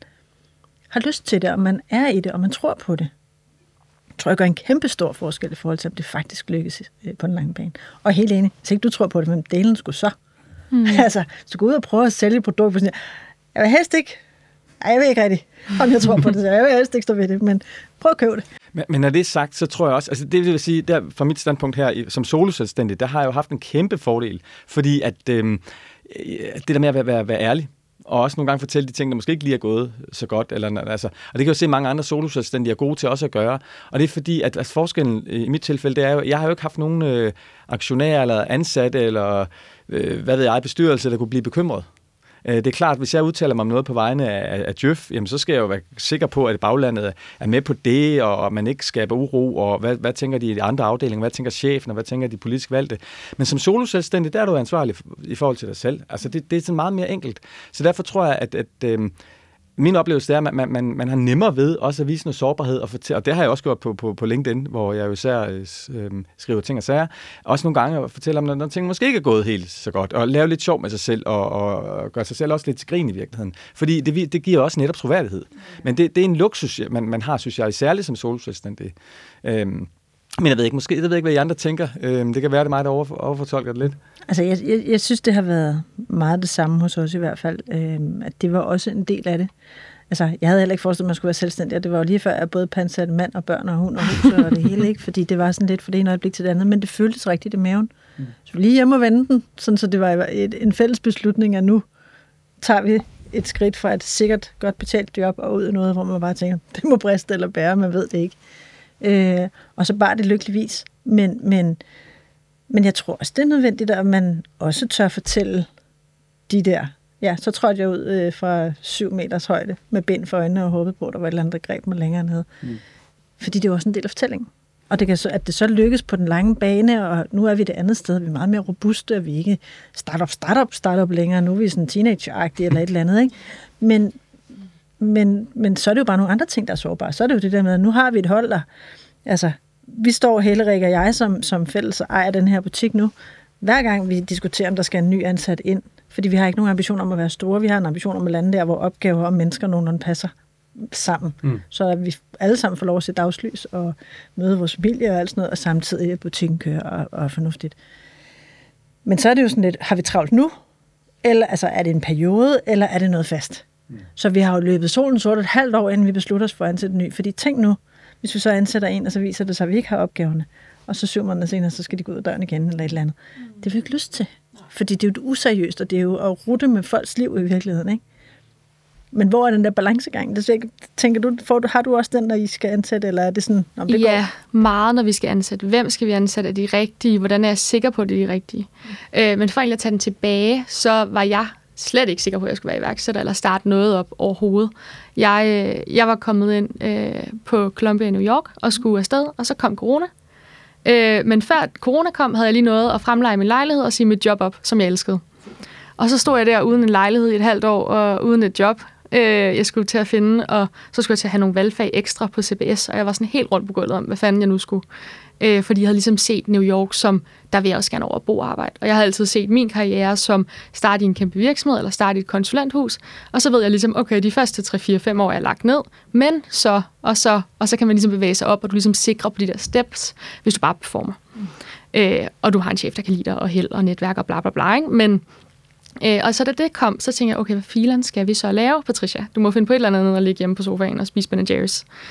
[SPEAKER 4] har lyst til det, og man er i det, og man tror på det, tror jeg gør en kæmpe stor forskel i forhold til, at det faktisk lykkes på den lange bane. Og helt enig, hvis ikke du tror på det, men delen skulle så. Mm. Altså, så gå ud og prøve at sælge et produkt, og sige, jeg vil helst ikke, ej, jeg ved ikke rigtig, om jeg tror på det, jeg vil helst ikke stå ved det, men prøv at købe det. Men,
[SPEAKER 3] men når det er sagt, så tror jeg også, altså det vil sige, der, fra mit standpunkt her, som soloselvstændig, der har jeg jo haft en kæmpe fordel, fordi at øhm, det der med at være, være, være ærlig, og også nogle gange fortælle de ting, der måske ikke lige er gået så godt. Eller, altså, og det kan jo se, at mange andre soloselvstændige er gode til også at gøre. Og det er fordi, at altså, forskellen i mit tilfælde, det er jo, jeg har jo ikke haft nogen øh, aktionærer eller ansatte, eller øh, hvad ved jeg, bestyrelse, der kunne blive bekymret. Øh, det er klart, at hvis jeg udtaler mig om noget på vegne af, af Djøf, jamen, så skal jeg jo være sikker på, at baglandet er med på det, og, og man ikke skaber uro, og hvad, hvad tænker de i de andre afdelinger, hvad tænker chefen, og hvad tænker de politisk valgte. Men som soloselvstændig, der er du ansvarlig i forhold til dig selv. Altså, det, det er sådan meget mere enkelt. Så derfor tror jeg, at, at øh, min oplevelse er, at man, man, man har nemmere ved også at vise noget sårbarhed, og, fortæ- og det har jeg også gjort på, på, på LinkedIn, hvor jeg jo især øh, skriver ting og sager. Også nogle gange at fortælle om, når, når ting måske ikke er gået helt så godt, og lave lidt sjov med sig selv, og, og gøre sig selv også lidt til grin i virkeligheden. Fordi det, det giver også netop troværdighed. Men det, det er en luksus, man, man har, synes jeg, særligt som soloselvstændig. Øhm, Men jeg ved ikke, måske, jeg ved ikke, hvad I andre tænker. Øhm, det kan være, det er mig, der over, overfortolker det lidt.
[SPEAKER 4] Altså, jeg, jeg, jeg synes, det har været meget det samme hos os i hvert fald. Øhm, at det var også en del af det. Altså, jeg havde heller ikke forestillet, at man skulle være selvstændig, og det var jo lige før, at jeg både pansatte mand og børn og hund og hus og det hele, ikke? Fordi det var sådan lidt for det ene øjeblik til det andet, men det føltes rigtigt i maven. Mm. Så lige hjemme og vende den, sådan, så det var et, en fælles beslutning, at nu tager vi et skridt fra et sikkert godt betalt job og ud i noget, hvor man bare tænker, det må briste eller bære, man ved det ikke. Øh, og så bare det lykkeligvis. Men, men, men jeg tror også, det er nødvendigt, at man også tør fortælle de der. Ja, så trådte jeg ud øh, fra syv meters højde med bind for øjnene og håbede på, at der var et eller andet, der greb mig længere ned. Mm. Fordi det er også en del af fortællingen. Og det kan så, at det så lykkes på den lange bane, og nu er vi det andet sted, vi er meget mere robuste, og vi er ikke startup, startup, startup længere. Nu er vi sådan teenager-agtige eller et eller andet, ikke? Men, men, men så er det jo bare nogle andre ting, der er sårbare. Så er det jo det der med, at nu har vi et hold, der... Altså, vi står, Hellerik og jeg, som, som fælles ejer den her butik nu. Hver gang vi diskuterer, om der skal en ny ansat ind, fordi vi har ikke nogen ambition om at være store, vi har en ambition om at lande der, hvor opgaver og mennesker nogenlunde passer sammen. Mm. Så at vi alle sammen får lov at se dagslys og møde vores familie og alt sådan noget, og samtidig at butikken kører og, og er fornuftigt. Men så er det jo sådan lidt, har vi travlt nu? Eller altså, er det en periode, eller er det noget fast? Mm. Så vi har jo løbet solen sort et halvt år, inden vi beslutter os for at ansætte en ny. Fordi tænk nu, hvis vi så ansætter en, og så viser det sig, at vi ikke har opgaverne, og så syv måneder senere, så skal de gå ud af døren igen, eller et eller andet. Mm. Det har vi ikke lyst til. Fordi det er jo useriøst, og det er jo at rutte med folks liv i virkeligheden, ikke? Men hvor er den der balancegang? Det ikke, tænker du, får du, har du også den, når I skal ansætte, eller er det sådan, om det
[SPEAKER 2] ja,
[SPEAKER 4] går?
[SPEAKER 2] Meget, når vi skal ansætte. Hvem skal vi ansætte? Er de rigtige? Hvordan er jeg sikker på, at det er de rigtige? Mm. Øh, men for egentlig at tage den tilbage, så var jeg slet ikke sikker på, at jeg skulle være iværksætter eller starte noget op overhovedet. Jeg, jeg var kommet ind øh, på Columbia i New York og skulle afsted, og så kom corona. Øh, men før corona kom, havde jeg lige noget at fremleje min lejlighed og sige mit job op, som jeg elskede. Og så stod jeg der uden en lejlighed i et halvt år og uden et job, øh, jeg skulle til at finde, og så skulle jeg til at have nogle valgfag ekstra på C B S, og jeg var sådan helt rundt på gulvet om, hvad fanden jeg nu skulle. Øh, fordi jeg havde ligesom set New York som, der vil jeg også gerne over at bo og arbejde. Og jeg har altid set min karriere som starte i en kæmpe virksomhed, eller starte i et konsulenthus, og så ved jeg ligesom, okay, de første tre, fire, fem år er jeg lagt ned, men så, og så, og så kan man ligesom bevæge sig op, og du ligesom sikrer på de der steps, hvis du bare performer. Mm. Øh, og du har en chef, der kan lide dig, og held og netværk og bla bla bla, ikke? Men Øh, og så da det kom, så tænkte jeg, okay, hvad filen skal vi så lave, Patricia? Du må finde på et eller andet og ligge hjemme på sofaen og spise Ben and Jerry's.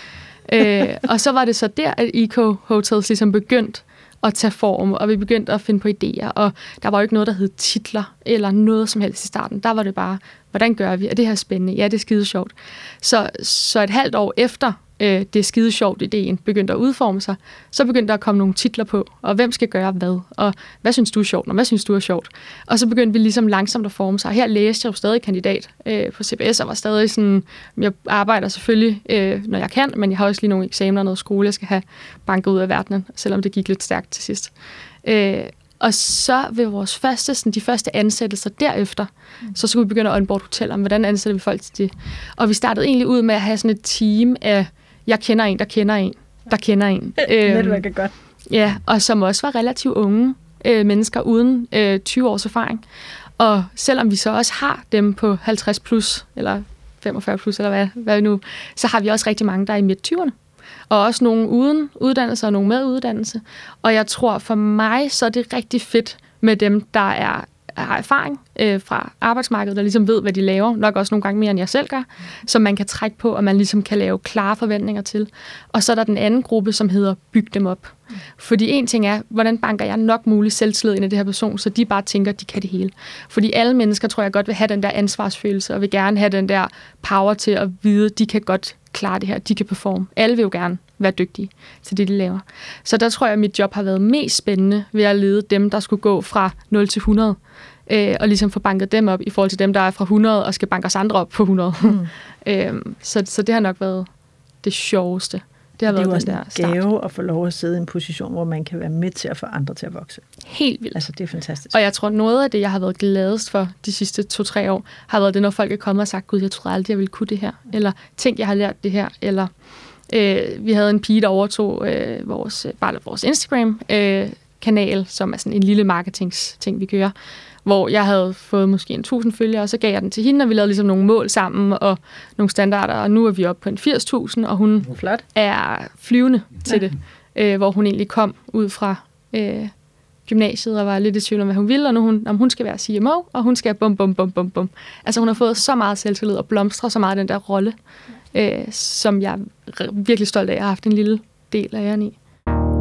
[SPEAKER 2] øh, og så var det så der, at Eco Hotels ligesom begyndte at tage form, og vi begyndte at finde på idéer, og der var jo ikke noget, der hed titler, eller noget som helst i starten. Der var det bare, hvordan gør vi? Er det her spændende? Ja, det er skide sjovt. Så, så et halvt år efter, øh, det er skide sjovt, ideen begyndte at udforme sig, så begyndte der at komme nogle titler på, og hvem skal gøre hvad, og hvad synes du er sjovt, og hvad synes du er sjovt? Og så begyndte vi ligesom langsomt at forme sig. Her læste jeg jo stadig kandidat øh, på C B S, og var stadig sådan, jeg arbejder selvfølgelig, øh, når jeg kan, men jeg har også lige nogle eksamener og noget skole, jeg skal have banket ud af verdenen, selvom det gik lidt stærkt til sidst. Øh, Og så ved vores første, sådan de første ansættelser derefter, mm. så skulle vi begynde at onboard hoteller. Hvordan ansætter vi folk til det? Og vi startede egentlig ud med at have sådan et team af, jeg kender en, der kender en, der kender en.
[SPEAKER 4] Netværket godt.
[SPEAKER 2] Ja, og som også var relativt unge øh, mennesker uden øh, tyve års erfaring. Og selvom vi så også har dem på halvtreds plus, eller femogfyrre plus, eller hvad, hvad nu, så har vi også rigtig mange, der er i midt tyverne. Og også nogle uden uddannelse og nogle med uddannelse. Og jeg tror for mig, så er det rigtig fedt med dem, der er, har erfaring øh, fra arbejdsmarkedet, der ligesom ved, hvad de laver. Nok også nogle gange mere, end jeg selv gør. Som man kan trække på, og man ligesom kan lave klare forventninger til. Og så er der den anden gruppe, som hedder byg dem op. Fordi en ting er, hvordan banker jeg nok muligt selvtillid ind i det her person, så de bare tænker, at de kan det hele. Fordi alle mennesker, tror jeg godt, vil have den der ansvarsfølelse, og vil gerne have den der power til at vide, at de kan godt klare det her, de kan performe. Alle vil jo gerne være dygtige til det, de laver. Så der tror jeg, at mit job har været mest spændende ved at lede dem, der skulle gå fra nul til hundrede, øh, og ligesom få banket dem op i forhold til dem, der er fra hundrede og skal banke os andre op på hundrede. Mm. øh, så, så det har nok været det sjoveste. Det har
[SPEAKER 4] det er
[SPEAKER 2] været
[SPEAKER 4] jo
[SPEAKER 2] den
[SPEAKER 4] også en gave at få lov at sidde i en position, hvor man kan være med til at få andre til at vokse.
[SPEAKER 2] Helt vildt.
[SPEAKER 4] Altså, det er fantastisk.
[SPEAKER 2] Og jeg tror, noget af det, jeg har været gladest for de sidste to-tre år, har været det, når folk er kommet og sagt, gud, jeg troede aldrig, jeg ville kunne det her. Eller tænk, jeg har lært det her. Eller øh, vi havde en pige, der overtog øh, vores, bare vores Instagram-kanal, øh, som er sådan en lille marketingsting, vi kører, hvor jeg havde fået måske en tusind følgere, og så gav jeg den til hende, og vi lavede ligesom nogle mål sammen, og nogle standarder, og nu er vi oppe på en firs tusind, og hun
[SPEAKER 4] Flot.
[SPEAKER 2] er flyvende til
[SPEAKER 4] ja.
[SPEAKER 2] det, øh, hvor hun egentlig kom ud fra øh, gymnasiet, og var lidt i tvivl om, hvad hun ville, og nu hun, om hun skal være C M O, og hun skal bum, bum, bum, bum, bum. Altså hun har fået så meget selvtillid, og blomstrer så meget den der rolle, øh, som jeg er virkelig stolt af, at jeg har haft en lille del af æren i.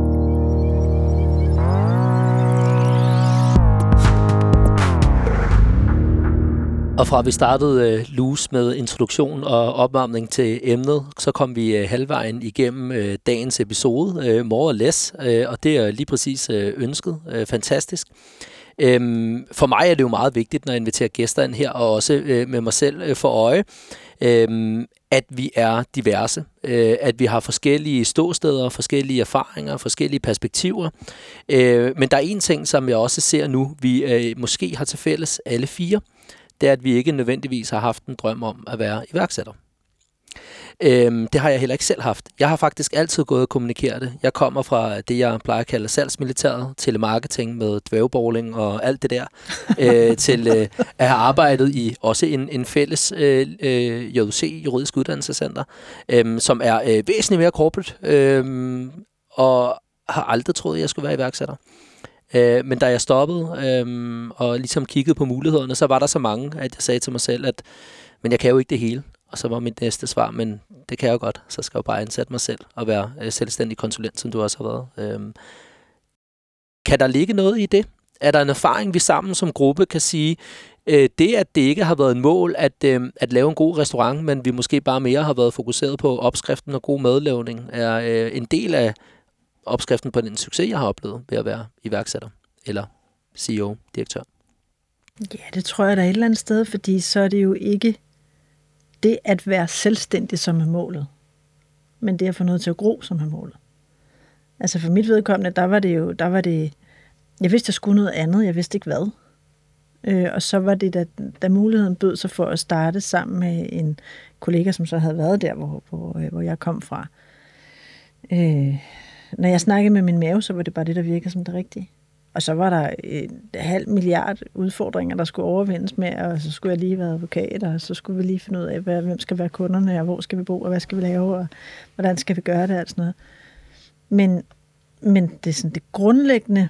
[SPEAKER 1] Og fra vi startede uh, Loose med introduktion og opvarmning til emnet, så kom vi uh, halvvejen igennem uh, dagens episode, uh, more or less, uh, og det er lige præcis uh, ønsket. Uh, fantastisk. Um, for mig er det jo meget vigtigt, når jeg inviterer gæster ind her, og også uh, med mig selv uh, for øje, um, at vi er diverse, uh, at vi har forskellige ståsteder, forskellige erfaringer, forskellige perspektiver. Uh, men der er en ting, som jeg også ser nu, vi uh, måske har til fælles alle fire, det er, at vi ikke nødvendigvis har haft en drøm om at være iværksætter. Øhm, det har jeg heller ikke selv haft. Jeg har faktisk altid gået og kommunikeret det. Jeg kommer fra det, jeg plejer at kalde salgsmilitæret, telemarketing med dvævebowling og alt det der, øh, til øh, at have arbejdet i også en, en fælles øh, øh, J U C, juridisk uddannelsescenter, øh, som er øh, væsentligt mere corporate, øh, og har aldrig troet, at jeg skulle være iværksætter. Øh, men da jeg stoppede øh, og ligesom kiggede på mulighederne, så var der så mange, at jeg sagde til mig selv, at men jeg kan jo ikke det hele. Og så var mit næste svar, men det kan jeg jo godt, så skal jeg jo bare ansætte mig selv og være øh, selvstændig konsulent, som du også har været. Øh, kan der ligge noget i det? Er der en erfaring, vi sammen som gruppe kan sige, øh, det at det ikke har været et mål at, øh, at lave en god restaurant, men vi måske bare mere har været fokuseret på opskriften og god madlavning, er øh, en del af opskriften på den succes, jeg har oplevet ved at være iværksætter eller C E O, direktør?
[SPEAKER 4] Ja, det tror jeg da et eller andet sted, fordi så er det jo ikke det at være selvstændig, som er målet, men det at få noget til at gro, som er målet. Altså for mit vedkommende, der var det jo, der var det, jeg vidste, jeg skulle noget andet, jeg vidste ikke hvad. Øh, og så var det, da, da muligheden bød sig for at starte sammen med en kollega, som så havde været der, hvor, hvor, hvor jeg kom fra. Øh, Når jeg snakkede med min mave, så var det bare det, der virkede som det rigtige. Og så var der en halv milliard udfordringer, der skulle overvindes med, og så skulle jeg lige være advokat, og så skulle vi lige finde ud af, hvem skal være kunderne, og hvor skal vi bo, og hvad skal vi lave, og hvordan skal vi gøre det, og sådan noget. Men, men det er sådan det grundlæggende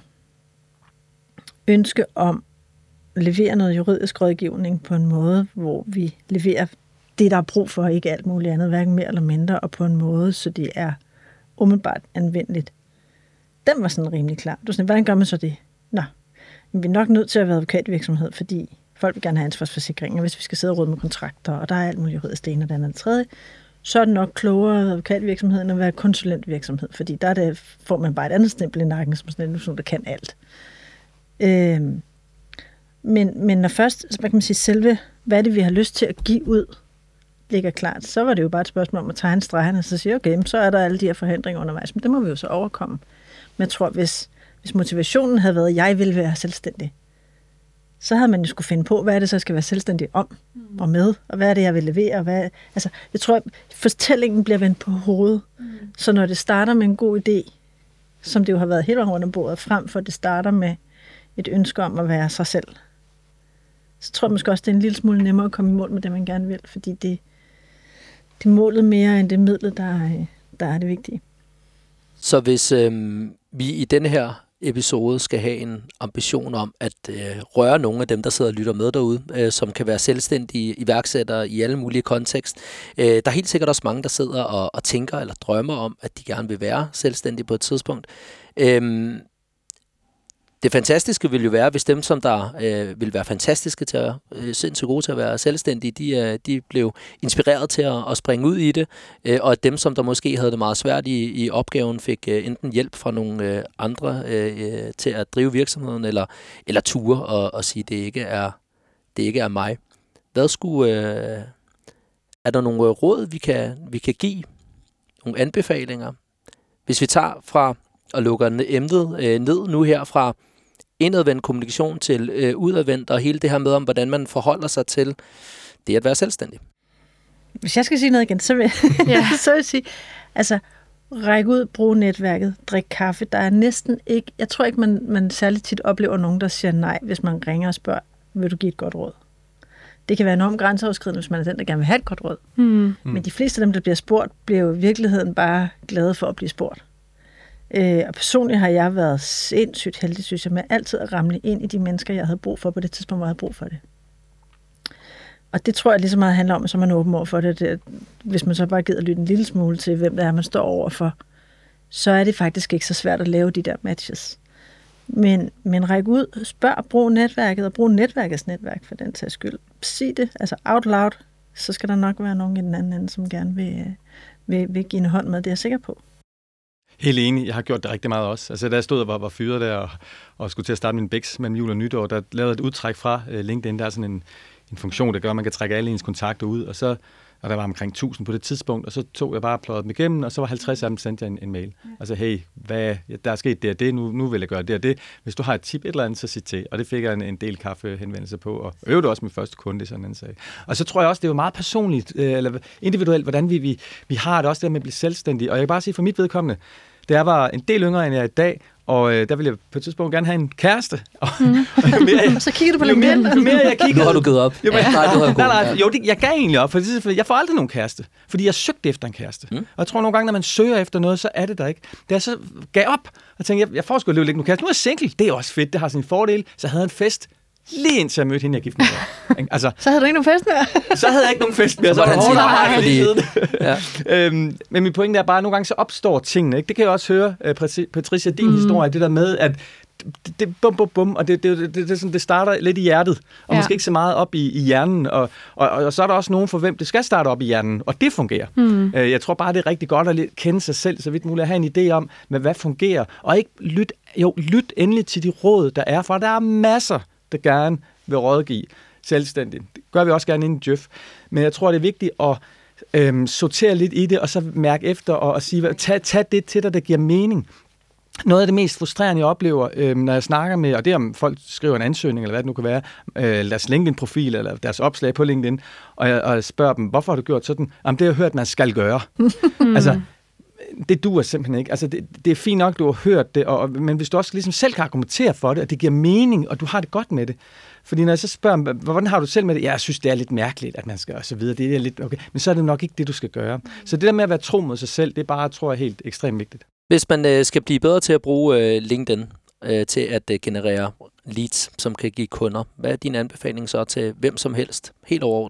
[SPEAKER 4] ønske om at levere noget juridisk rådgivning på en måde, hvor vi leverer det, der er brug for, ikke alt muligt andet, hverken mere eller mindre, og på en måde, så det er umiddelbart anvendeligt. Den var sådan rimelig klar. Du var sådan, hvordan gør man så det? Nå, men vi er nok nødt til at være advokatvirksomhed, fordi folk vil gerne have ansvarsforsikringer, hvis vi skal sidde og råde med kontrakter, og der er alt muligt rød sten og den og det tredje, så er det nok klogere advokatvirksomhed end at være konsulentvirksomhed, fordi der er det, får man bare et andet stempel i nakken, som sådan en, der kan alt. Øhm, men, men når først, hvad kan man sige, selve, hvad er det, vi har lyst til at give ud, ligger klart, så var det jo bare et spørgsmål om at tegne stregerne, og så sige, okay, så er der alle de her forhindringer undervejs, men det må vi jo så overkomme. Men jeg tror, hvis, hvis motivationen havde været, at jeg vil være selvstændig, så havde man jo skulle finde på, hvad er det så, jeg skal være selvstændig om mm. og med, og hvad er det, jeg vil levere. Og hvad, altså, jeg tror, at fortællingen bliver vendt på hovedet. Mm. Så når det starter med en god idé, som det jo har været hele rundt om bordet, frem for at det starter med et ønske om at være sig selv, så tror jeg måske også, det er en lille smule nemmere at komme i mål med det, man gerne vil, fordi det, det er målet mere end det midlet, der er, der er det vigtige.
[SPEAKER 1] Så hvis øh, vi i denne her episode skal have en ambition om at øh, røre nogle af dem, der sidder og lytter med derude, øh, som kan være selvstændige iværksættere i alle mulige kontekst. Øh, der er helt sikkert også mange, der sidder og, og tænker eller drømmer om, at de gerne vil være selvstændige på et tidspunkt. Øh, Det fantastiske vil jo være, hvis dem, som der øh, vil være fantastiske til at, øh, sindssygt gode til at være selvstændige, de, øh, de blev inspireret til at, at springe ud i det, øh, og at dem, som der måske havde det meget svært i, i opgaven, fik øh, enten hjælp fra nogle øh, andre øh, til at drive virksomheden, eller, eller ture og, og sige, at det ikke er, det ikke er mig. Hvad skulle... Øh, er der nogle råd, vi kan, vi kan give? Nogle anbefalinger? Hvis vi tager fra og lukker emnet øh, ned nu her fra indadvendt kommunikation til øh, udadvendt, og hele det her med, om hvordan man forholder sig til det at være selvstændig.
[SPEAKER 4] Hvis jeg skal sige noget igen, så vil, ja. så vil jeg sige, altså, ræk ud, brug netværket, drik kaffe. Der er næsten ikke, jeg tror ikke, man, man særligt tit oplever nogen, der siger nej, hvis man ringer og spørger, vil du give et godt råd? Det kan være enormt grænseoverskridende, hvis man er den, der gerne vil have et godt råd. Mm. Men de fleste af dem, der bliver spurgt, bliver jo i virkeligheden bare glade for at blive spurgt. Øh, og personligt har jeg været sindssygt heldig, synes jeg, med altid at ramle ind i de mennesker, jeg havde brug for på det tidspunkt, hvor jeg havde brug for det. Og det tror jeg lige så meget handler om, at så er man åben over for det. det. Hvis man så bare gider lytte en lille smule til, hvem det er, man står overfor, så er det faktisk ikke så svært at lave de der matches. Men, men ræk ud, spørg, brug netværket, og brug netværkets netværk for den tages skyld. Sig det, altså out loud, så skal der nok være nogen i den anden ende, som gerne vil, vil, vil give en hånd med, det er jeg sikker på.
[SPEAKER 3] Helt enig. Jeg har gjort det rigtig meget også. Altså, da jeg stod og var, var fyret der og, og skulle til at starte min bæks mellem jul og nytår, der lavede et udtræk fra uh, LinkedIn. Der er sådan en, en funktion, der gør, at man kan trække alle ens kontakter ud, og så og der var omkring tusind på det tidspunkt, og så tog jeg bare og pløjede dem igennem, og så var halvtreds af dem sendt jeg en, en mail. Ja. Altså, hey, hvad, der er sket det og det, nu, nu vil jeg gøre det og det. Hvis du har et tip et eller andet, så sig til. Og det fik jeg en, en del kaffehenvendelse på, og øvede også min første kunde, det er sådan en anden sag. Og så tror jeg også, det er jo meget personligt, øh, eller individuelt, hvordan vi, vi, vi har det også der med at blive selvstændige. Og jeg kan bare sige, for mit vedkommende, da jeg var en del yngre, end jeg er i dag, og øh, der ville jeg på et tidspunkt gerne have en kæreste. Og,
[SPEAKER 4] mm. og jo mere jeg, så kigger du på LinkedIn.
[SPEAKER 3] Jo mere jeg kiggede...
[SPEAKER 1] Nu har du givet op.
[SPEAKER 3] Jo, men, ja. nej, nej, nej, jo, det, jeg gav egentlig op, for jeg får aldrig nogen kæreste. Fordi jeg søgte efter en kæreste. Mm. Og jeg tror nogle gange, når man søger efter noget, så er det der ikke. Da jeg så gav op, og tænkte, jeg, jeg får sgu alligevel ikke nogen kæreste. Nu er jeg single, det er også fedt, det har sin fordel. Så jeg havde en fest, lige indtil jeg mødte hende, jeg giftede mig med. Altså,
[SPEAKER 4] så havde du ikke nogen fest mere?
[SPEAKER 3] Så havde jeg ikke nogen fest mere.
[SPEAKER 1] Så, så
[SPEAKER 3] var
[SPEAKER 1] han sige,
[SPEAKER 3] nej, ja. øhm, men min pointe er bare, at nogle gange så opstår tingene. Ikke? Det kan jeg også høre, uh, Patricia, din mm. historie, det der med, at det, det bum, bum, bum, og det, det, det, det, det, det starter lidt i hjertet, og ja. måske ikke så meget op i, i hjernen, og, og, og så er der også nogen for hvem det skal starte op i hjernen, og det fungerer. Mm. Uh, jeg tror bare, det er rigtig godt at kende sig selv, så vidt muligt at have en idé om, med hvad fungerer, og ikke lyt, jo, lyt endelig til de råd, der er, for der er masser, der gerne vil rådgive selvstændigt. Det gør vi også gerne inden i Djøf. Men jeg tror, det er vigtigt at øhm, sortere lidt i det, og så mærke efter og, og sige, tag, tag det til dig, der giver mening. Noget af det mest frustrerende, jeg oplever, øhm, når jeg snakker med, og det er om folk skriver en ansøgning, eller hvad det nu kan være, øh, deres LinkedIn-profil, eller deres opslag på LinkedIn, og jeg, og jeg spørger dem, hvorfor har du gjort sådan? Jamen, det har jeg hørt, man skal gøre. altså, det duer simpelthen ikke. Altså, det, det er fint nok, du har hørt det, og, men hvis du også ligesom selv kan argumentere for det, og det giver mening, og du har det godt med det. Fordi når jeg så spørger, hvordan har du selv med det? Ja, jeg synes, det er lidt mærkeligt, at man skal og så videre. Det er lidt, okay. Men så er det nok ikke det, du skal gøre. Så det der med at være tro mod sig selv, det er bare, tror jeg, helt ekstremt vigtigt.
[SPEAKER 1] Hvis man øh, skal blive bedre til at bruge øh, LinkedIn øh, til at øh, generere leads, som kan give kunder, hvad er din anbefaling så til hvem som helst, helt overordnet?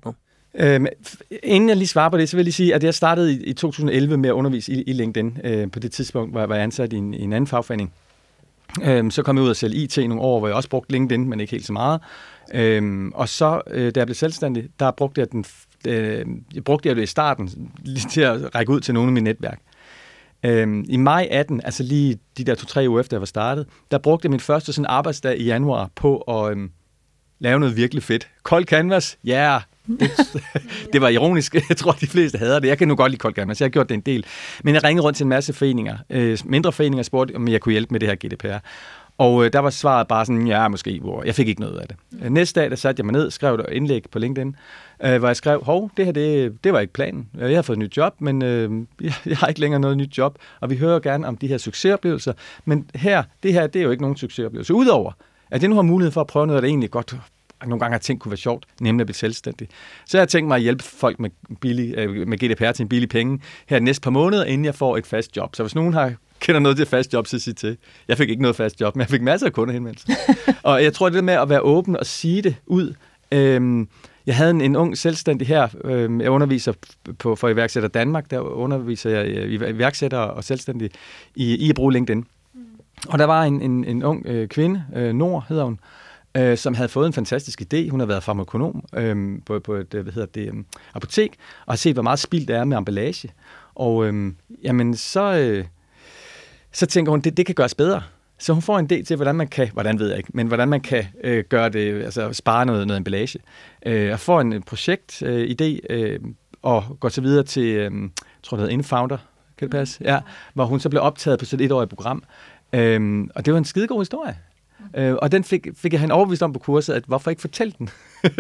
[SPEAKER 3] Øhm, inden jeg lige svarer på det, så vil jeg lige sige, at jeg startede i, i to tusind og elleve med at undervise i, i LinkedIn. Øh, på det tidspunkt var, var jeg ansat i en, i en anden fagforening. Øhm, så kom jeg ud og sælge I T i nogle år, hvor jeg også brugte LinkedIn, men ikke helt så meget. Øhm, og så, øh, da jeg blev selvstændig, der brugte jeg den, øh, jeg brugte jeg det i starten lige til at række ud til nogle af mine netværk. Øhm, I maj atten, altså lige de der to-tre uger efter jeg var startet, der brugte jeg min første sådan arbejdsdag i januar på at øhm, lave noget virkelig fedt. Cold Canvas, ja, yeah. det, det var ironisk. Jeg tror, de fleste hader det. Jeg kan nu godt lide Cold Canvas, jeg har gjort det en del. Men jeg ringede rundt til en masse foreninger, øh, mindre foreninger, spurgte, om jeg kunne hjælpe med det her G D P R. Og øh, der var svaret bare sådan, ja, måske, hvor jeg fik ikke noget af det. Mm. Næste dag, der satte jeg mig ned, skrev et indlæg på LinkedIn, øh, hvor jeg skrev, hov, det her, det, det var ikke planen. Jeg har fået et nyt job, men øh, jeg, jeg har ikke længere noget nyt job, og vi hører gerne om de her succesoplevelser, men her, det her, det er jo ikke nogen succesoplevelse. Udover, at jeg nu har mulighed for at prøve noget, der egentlig godt nogle gange har tænkt kunne være sjovt, nemlig at blive selvstændig. Så jeg har tænkt mig at hjælpe folk med, billig, med G D P R til en billig penge her næste par måneder, inden jeg får et fast job. Så hvis nogen har kender noget til fast job, så sig til. Jeg fik ikke noget fast job, men jeg fik masser af kundehenvendelser. Og jeg tror, det der med at være åben og sige det ud. Øhm, jeg havde en, en ung selvstændig her. Øhm, jeg underviser på, for iværksætter Danmark. Der underviser jeg iværksættere og selvstændige i, i at bruge LinkedIn. Mm. Og der var en, en, en ung øh, kvinde, øh, Nord hedder hun, øh, som havde fået en fantastisk idé. Hun har været farmakonom øh, på, på et hvad hedder det, um, apotek, og har set, hvor meget spild der er med emballage. Og øh, jamen, så... Øh, Så tænker hun, det, det kan gøres bedre. Så hun får en idé til, hvordan man kan, hvordan ved jeg ikke, men hvordan man kan øh, gøre det, altså spare noget, noget emballage. Øh, og får en projektidé øh, øh, og går så videre til, øh, jeg tror det hedder Infounder, kan det passe? Ja, hvor hun så blev optaget på sådan et etårigt program. Øh, og det var en skidegod historie. Øh, og den fik, fik jeg hende overbevist om på kurset, at hvorfor ikke fortælle den?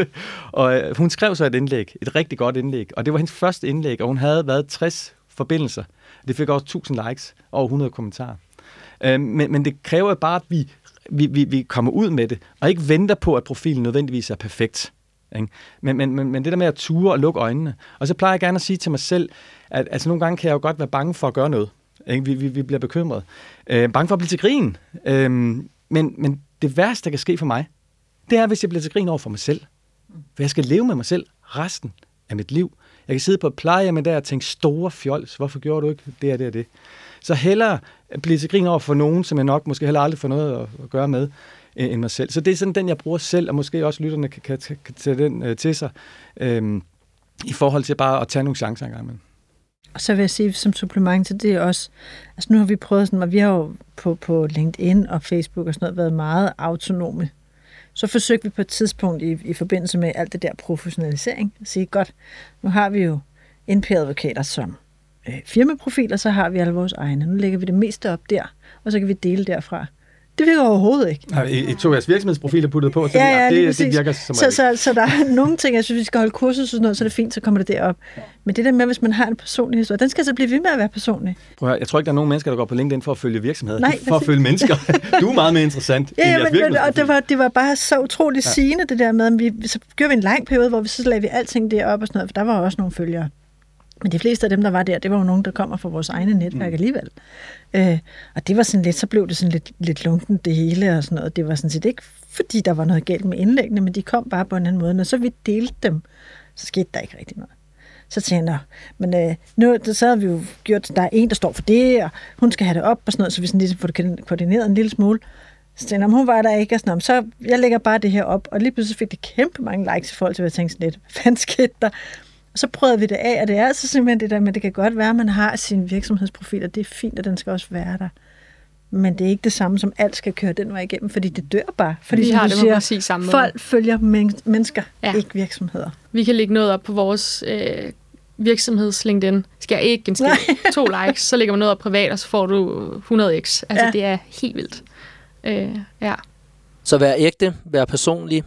[SPEAKER 3] og øh, hun skrev så et indlæg, et rigtig godt indlæg, og det var hendes første indlæg, og hun havde været tres forbindelser. Det fik også tusind likes og over hundrede kommentarer. Øh, men, men det kræver bare, at vi, vi, vi, vi kommer ud med det, og ikke venter på, at profilen nødvendigvis er perfekt. Ikke? Men, men, men, men det der med at ture og lukke øjnene. Og så plejer jeg gerne at sige til mig selv, at altså, nogle gange kan jeg jo godt være bange for at gøre noget. Ikke? Vi, vi, vi bliver bekymrede. Øh, bange for at blive til grin. Øh, men, men det værste, der kan ske for mig, det er, hvis jeg bliver til grin over for mig selv. For jeg skal leve med mig selv resten af mit liv. Jeg kan sidde på et plejehjem der og tænke, store fjols, hvorfor gjorde du ikke det og det og det? Så hellere blive til grin over for nogen, som jeg nok måske heller aldrig får noget at gøre med, end mig selv. Så det er sådan den, jeg bruger selv, og måske også lytterne kan, kan, kan tage den øh, til sig, øh, i forhold til bare at tage nogle chancer engang med.
[SPEAKER 4] Og så vil jeg sige, som supplement til det også, altså nu har vi prøvet sådan, og vi har jo på, på LinkedIn og Facebook og sådan noget været meget autonome. Så forsøgte vi på et tidspunkt i, i forbindelse med alt det der professionalisering at sige, godt, nu har vi jo N P-advokater som øh, firmaprofiler, så har vi alle vores egne. Nu lægger vi det meste op der, og så kan vi dele derfra. Det virker overhovedet ikke.
[SPEAKER 3] Nej, I, I tog jeres virksomhedsprofiler puttet på, så
[SPEAKER 4] ja, ja,
[SPEAKER 3] det, det virker som
[SPEAKER 4] så, så, så der er nogle ting, jeg synes, vi skal holde kursus og sådan noget, så er det fint, så kommer det derop. Men det der med, hvis man har en personlig historie, den skal så blive ved med at være personlig.
[SPEAKER 3] Prøv at høre, jeg tror ikke, der er nogen mennesker, der går på LinkedIn for at følge virksomheder.
[SPEAKER 4] Nej,
[SPEAKER 3] for at følge mennesker. Du er meget mere interessant
[SPEAKER 4] ja,
[SPEAKER 3] end jeres
[SPEAKER 4] men, og det var, det var bare så utroligt ja. sigende, det der med, at vi, så gjorde vi en lang periode, hvor vi så lagde vi alting derop og sådan noget, for der var også nogle følgere. Men de fleste af dem, der var der, det var jo nogen, der kommer fra vores egne netværk mm. alligevel. Øh, og det var sådan lidt, så blev det sådan lidt, lidt lunken det hele og sådan noget. Det var sådan set ikke, fordi der var noget galt med indlæggene, men de kom bare på en anden måde. Når så vi delte dem, så skete der ikke rigtig noget. Så tænkte jeg, men øh, nu så havde vi jo gjort, der er en, der står for det, og hun skal have det op og sådan noget, så vi sådan ligesom får det koordineret en lille smule. Så tænkte jeg, hun var der ikke, og sådan, så jeg lægger bare det her op, og lige pludselig fik det kæmpe mange likes i forhold til, hvad jeg tænkte sådan lidt, hvad fanden skete der? Og så prøvede vi det af, og det er altså simpelthen det der, men det kan godt være, at man har sin virksomhedsprofil, og det er fint, og den skal også være der. Men det er ikke det samme, som alt skal køre den vej igennem, fordi det dør bare. Fordi
[SPEAKER 2] vi
[SPEAKER 4] som
[SPEAKER 2] har
[SPEAKER 4] du
[SPEAKER 2] det
[SPEAKER 4] siger,
[SPEAKER 2] præcis samme måde.
[SPEAKER 4] Folk følger men- mennesker, ja. Ikke virksomheder.
[SPEAKER 2] Vi kan lægge noget op på vores øh, virksomheds LinkedIn. Skal jeg ikke en skid? To likes, så lægger man noget op privat, og så får du hundrede x. Altså, ja. Det er helt vildt. Øh, ja.
[SPEAKER 1] Så vær ægte, vær personlig.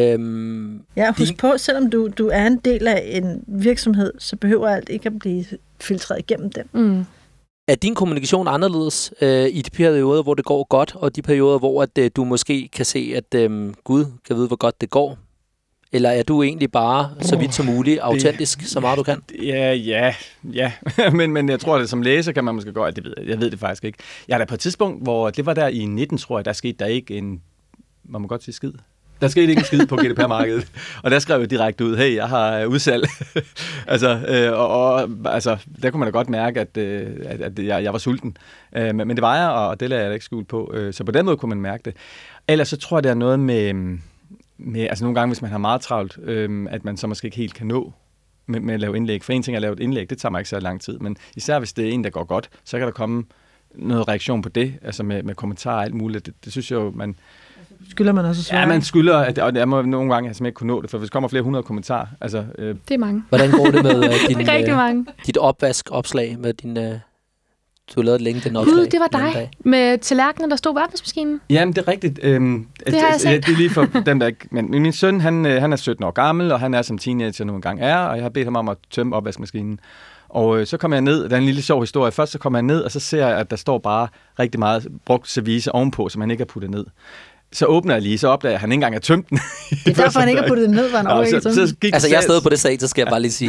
[SPEAKER 1] Øhm,
[SPEAKER 4] ja, husk din... på, selvom du, du er en del af en virksomhed, så behøver alt ikke at blive filtreret igennem den.
[SPEAKER 2] Mm.
[SPEAKER 1] Er din kommunikation anderledes øh, i de perioder, hvor det går godt, og de perioder, hvor at, øh, du måske kan se, at øh, Gud kan vide, hvor godt det går? Eller er du egentlig bare, så vidt som muligt, autentisk, det, så meget du kan?
[SPEAKER 3] Ja, ja, ja. men, men jeg tror, at som læser kan man måske godt, det ved jeg, jeg ved det faktisk ikke. Jeg er der på et tidspunkt, hvor det var der i nitten, tror jeg, der skete der ikke en, må man godt sige skid? Der skete ikke en skid på G D P R-markedet. Og der skrev jeg direkte ud, hey, jeg har udsalg. altså, øh, og, og, altså, der kunne man da godt mærke, at, øh, at, at jeg, jeg var sulten. Øh, men, men det var jeg, og det lader jeg da ikke skjult på. Øh, så på den måde kunne man mærke det. Ellers så tror jeg, det er noget med, med altså nogle gange, hvis man har meget travlt, øh, at man så måske ikke helt kan nå med, med at lave indlæg. For en ting er at lave et indlæg, det tager mig ikke så lang tid. Men især hvis det er en, der går godt, så kan der komme noget reaktion på det, altså med, med kommentarer og alt muligt. Det, det synes jeg jo, man...
[SPEAKER 4] Skylder man også svare?
[SPEAKER 3] Ja, man skylder, at, og jeg må nogle gange altså, ikke kunne nå det, for hvis der kommer flere hundrede kommentarer... Altså, øh,
[SPEAKER 2] det er mange.
[SPEAKER 1] Hvordan går det med uh, din,
[SPEAKER 2] det er rigtig mange.
[SPEAKER 1] dit opvaskopslag med din... Uh, du har lavet længe den opslag.
[SPEAKER 2] Gud, det var dig med tallerkenen, der stod i verdensmaskinen.
[SPEAKER 3] Jamen, det er rigtigt. Øhm,
[SPEAKER 2] det har jeg set.
[SPEAKER 3] Det er lige for dem, der ikke... Men min søn, han, han er sytten år gammel, og han er som teenager nu engang er, og jeg har bedt ham om at tømme opvaskemaskinen. Og øh, så kommer jeg ned, der er en lille sjov historie. Først så kommer jeg ned, og så ser jeg, at der står bare rigtig meget brugt service ovenpå, som han ikke har puttet ned. Så åbner jeg lige, så opdager jeg, at han ikke engang har tømt den.
[SPEAKER 4] Det er derfor, han ikke har puttet den ned, var han over ikke tømt den.
[SPEAKER 1] Altså, jeg er stadig på det sag, så skal jeg bare lige sige.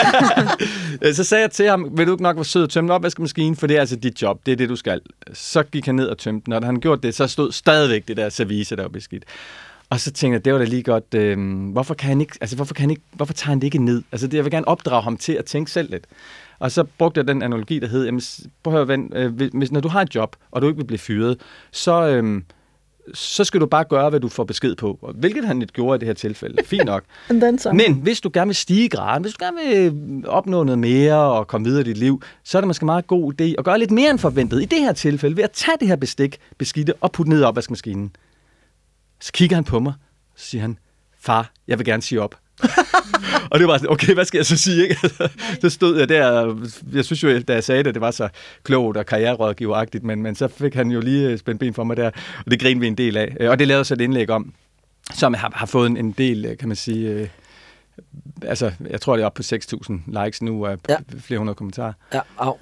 [SPEAKER 3] Okay. Så sagde jeg til ham, vil du ikke nok være sød at tømme opvaskemaskinen, for det er altså dit job, det er det, du skal. Så gik han ned og tømte den, og da han gjorde det, så stod stadigvæk det der service, der var beskidt. Og så tænkte jeg, det var da lige godt, øh, hvorfor kan han ikke, altså hvorfor kan han ikke, hvorfor tager han det ikke ned? Altså det, jeg vil gerne opdrage ham til at tænke selv lidt. Og så brugte jeg den analogi, der hed, jamen, prøv at høre, ven, øh, hvis, når du har et job, og du ikke vil blive fyret, så, øh, så skal du bare gøre, hvad du får besked på. Hvilket han ikke gjorde i det her tilfælde. Fint nok. Men hvis du gerne vil stige i graden, hvis du gerne vil opnå noget mere og komme videre i dit liv, så er det måske meget god idé at gøre lidt mere end forventet i det her tilfælde, ved at tage det her bestik, beskidte og putte ned i opvaskemaskinen. Så kigger han på mig, og så siger han, far, jeg vil gerne sige op. Og det var sådan, okay, hvad skal jeg så sige? Ikke? Så stod jeg der, jeg synes jo, da jeg sagde det, det var så klogt og karriererådgiveragtigt, men, men så fik han jo lige spændt ben for mig der, og det grinede vi en del af. Og det lavede så et indlæg om, som har, har fået en, en del, kan man sige, øh, altså, jeg tror, det er oppe på seks tusind likes nu, og ja. flere hundrede kommentarer.
[SPEAKER 1] Ja, au.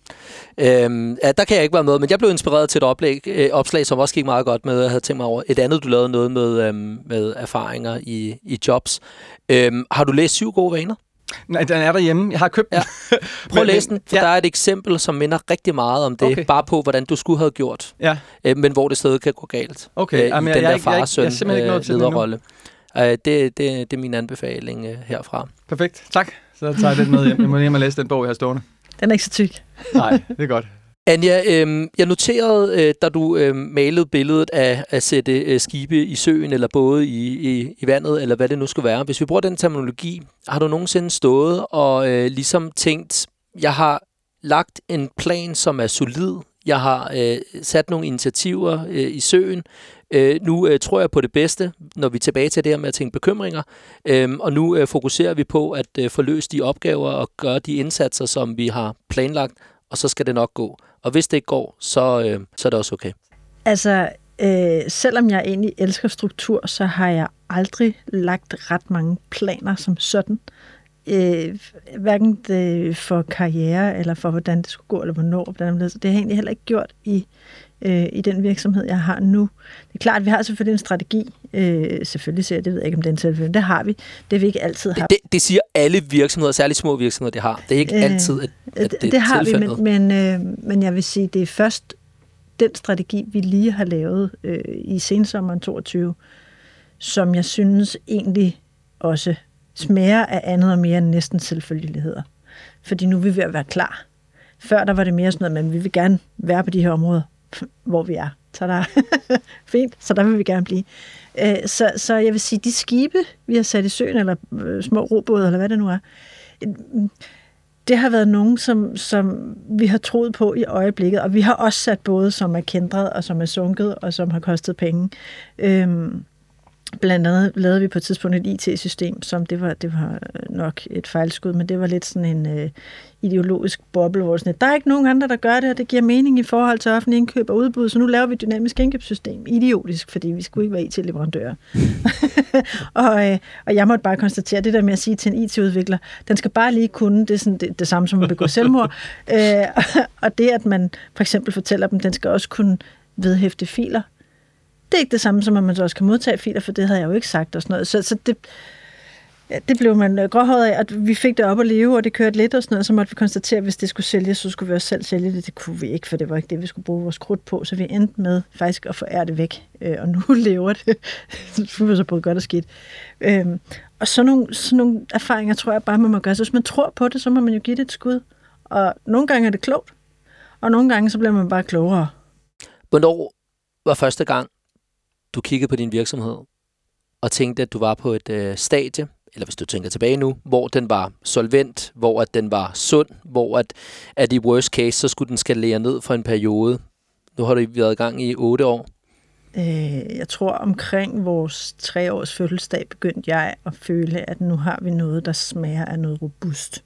[SPEAKER 1] Øhm, ja, der kan jeg ikke være med, men jeg blev inspireret til et oplæg, øh, opslag, som også gik meget godt med. Jeg havde tænkt mig over et andet, du lavede noget med, øhm, med erfaringer i, i jobs. Øhm, har du læst Syv gode vaner?
[SPEAKER 3] Nej, den er derhjemme. Jeg har købt den.
[SPEAKER 1] Ja. Prøv at læse den, for ja. Der er et eksempel, som minder rigtig meget om det. Okay. Bare på, hvordan du skulle have gjort,
[SPEAKER 3] ja.
[SPEAKER 1] øh, men hvor det stadig kan gå galt.
[SPEAKER 3] Okay.
[SPEAKER 1] Øh,
[SPEAKER 3] Jamen,
[SPEAKER 1] I den
[SPEAKER 3] jeg,
[SPEAKER 1] der far-søn
[SPEAKER 3] øh,
[SPEAKER 1] lederrolle. Øh, det, det, det er min anbefaling øh, herfra.
[SPEAKER 3] Perfekt. Tak. Så tager jeg den med hjem. Jeg må hjem og læse den bog, jeg har stående.
[SPEAKER 4] Den er ikke så tyk.
[SPEAKER 3] Nej, det er godt.
[SPEAKER 1] Anja, øh, jeg noterede, øh, da du øh, malede billedet af at sætte øh, skibe i søen, eller både i, i, i vandet, eller hvad det nu skal være. Hvis vi bruger den terminologi, har du nogensinde stået og øh, ligesom tænkt, jeg har lagt en plan, som er solid, jeg har øh, sat nogle initiativer øh, i søen, øh, nu øh, tror jeg på det bedste, når vi er tilbage til det her med at tænke bekymringer, øh, og nu øh, fokuserer vi på at øh, forløse de opgaver og gøre de indsatser, som vi har planlagt, og så skal det nok gå. Og hvis det ikke går, så, øh, så er det også okay.
[SPEAKER 4] Altså, øh, selvom jeg egentlig elsker struktur, så har jeg aldrig lagt ret mange planer som sådan. Øh, hverken det for karriere, eller for hvordan det skulle gå, eller hvornår. Hvordan det, det har jeg egentlig heller ikke gjort i, øh, i den virksomhed, jeg har nu. Det er klart, at vi har selvfølgelig en strategi. Øh, selvfølgelig ser jeg, det ved jeg ikke, om den selvfølgelig. Det har vi. Det vi ikke altid har.
[SPEAKER 1] Det, det, det siger alle virksomheder, særligt små virksomheder, det har. Det er ikke øh, altid, at, at det,
[SPEAKER 4] det har
[SPEAKER 1] tilfældet.
[SPEAKER 4] vi, men, men, øh, men jeg vil sige, det er først den strategi, vi lige har lavet øh, i sensommeren toogtyve, som jeg synes egentlig også smager af andet og mere end næsten selvfølgeligheder. Fordi nu er vi ved at være klar. Før der var det mere sådan noget, men vi vil gerne være på de her områder, hvor vi er. Så der fint, så der vil vi gerne blive. Så, så jeg vil sige, de skibe, vi har sat i søen, eller små robåde, eller hvad det nu er, det har været nogen, som, som vi har troet på i øjeblikket, og vi har også sat både, som er kændret, og som er sunket, og som har kostet penge. Øhm, Blandt andet lavede vi på et tidspunkt et I T-system, som det var, det var nok et fejlskud, men det var lidt sådan en øh, ideologisk boble, hvor sådan, der er ikke nogen andre, der gør det, og det giver mening i forhold til offentlig indkøb og udbud, så nu laver vi et dynamisk indkøbssystem. Idiotisk, fordi vi skulle ikke være I T-leverandører. og, øh, og jeg måtte bare konstatere, det der med at sige til en I T-udvikler, den skal bare lige kunne, det er sådan det, det samme som at begå selvmord, øh, og det, at man for eksempel fortæller dem, den skal også kunne vedhæfte filer. Det er ikke det samme som, at man så også kan modtage filer, for det havde jeg jo ikke sagt og sådan noget. Så, så det, Ja, det blev man øh, gråhåret af, at vi fik det op at leve, og det kørte lidt og sådan noget, så måtte vi konstatere, at hvis det skulle sælges, så skulle vi også selv sælge det. Det kunne vi ikke, for det var ikke det, vi skulle bruge vores krudt på, så vi endte med faktisk at forære det væk, øh, og nu lever det. Det var så både godt og skidt. Øh, og sådan nogle, sådan nogle erfaringer tror jeg bare, man må gøre. Så hvis man tror på det, så må man jo give det et skud. Og nogle gange er det klogt, og nogle gange så bliver man bare klogere.
[SPEAKER 1] Hvornår var første gang, du kiggede på din virksomhed og tænkte, at du var på et øh, stadie, eller hvis du tænker tilbage nu, hvor den var solvent, hvor at den var sund, hvor at, at i worst case, så skulle den skalere ned for en periode. Nu har du været i gang i otte år.
[SPEAKER 4] Øh, jeg tror omkring vores tre års fødselsdag begyndte jeg at føle, at nu har vi noget, der smager af noget robust.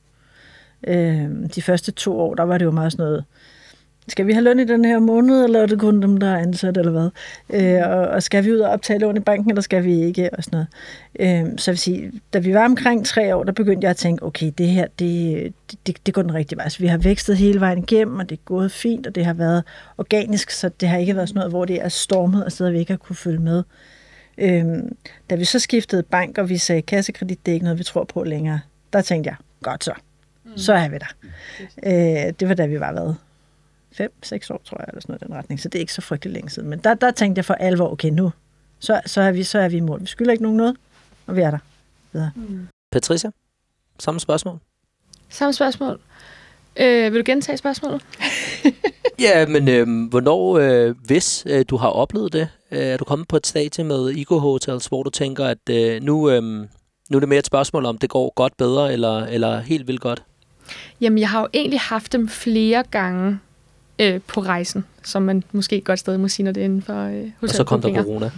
[SPEAKER 4] Øh, de første to år, der var det jo meget sådan noget, skal vi have løn i den her måned, eller er det kun dem, der er ansat, eller hvad? Øh, og, og skal vi ud og optage lån i banken, eller skal vi ikke? Og sådan noget. Øh, så jeg vil sige, da vi var omkring tre år, der begyndte jeg at tænke, okay, det her, det, det, det går den rigtige vej. Så vi har vækstet hele vejen igennem, og det er gået fint, og det har været organisk, så det har ikke været sådan noget, hvor det er stormet, og steder vi ikke har kunne følge med. Øh, da vi så skiftede bank, og vi sagde, kassekredit, det er ikke noget, vi tror på længere, der tænkte jeg, godt så, så er vi der. Øh, det var da vi var været. Fem, seks år, tror jeg, eller sådan noget i den retning. Så det er ikke så frygtelig længe siden. Men der, der tænkte jeg for alvor, okay, nu, så, så, er vi, så er vi i mål. Vi skylder ikke nogen noget, og vi er der. Videre.
[SPEAKER 1] Mm. Patricia, samme spørgsmål.
[SPEAKER 2] Samme spørgsmål. Øh, vil du gentage spørgsmålet?
[SPEAKER 1] Ja, men øh, hvornår, øh, hvis øh, du har oplevet det, øh, er du kommet på et stadie med Ego Hotels, hvor du tænker, at øh, nu, øh, nu er det mere et spørgsmål om, det går godt bedre, eller, eller helt vildt godt?
[SPEAKER 2] Jamen, jeg har jo egentlig haft dem flere gange øh, på rejsen, som man måske godt stadig må sige, når det er inden for øh, hotelbookinger.
[SPEAKER 1] Og så kom der corona.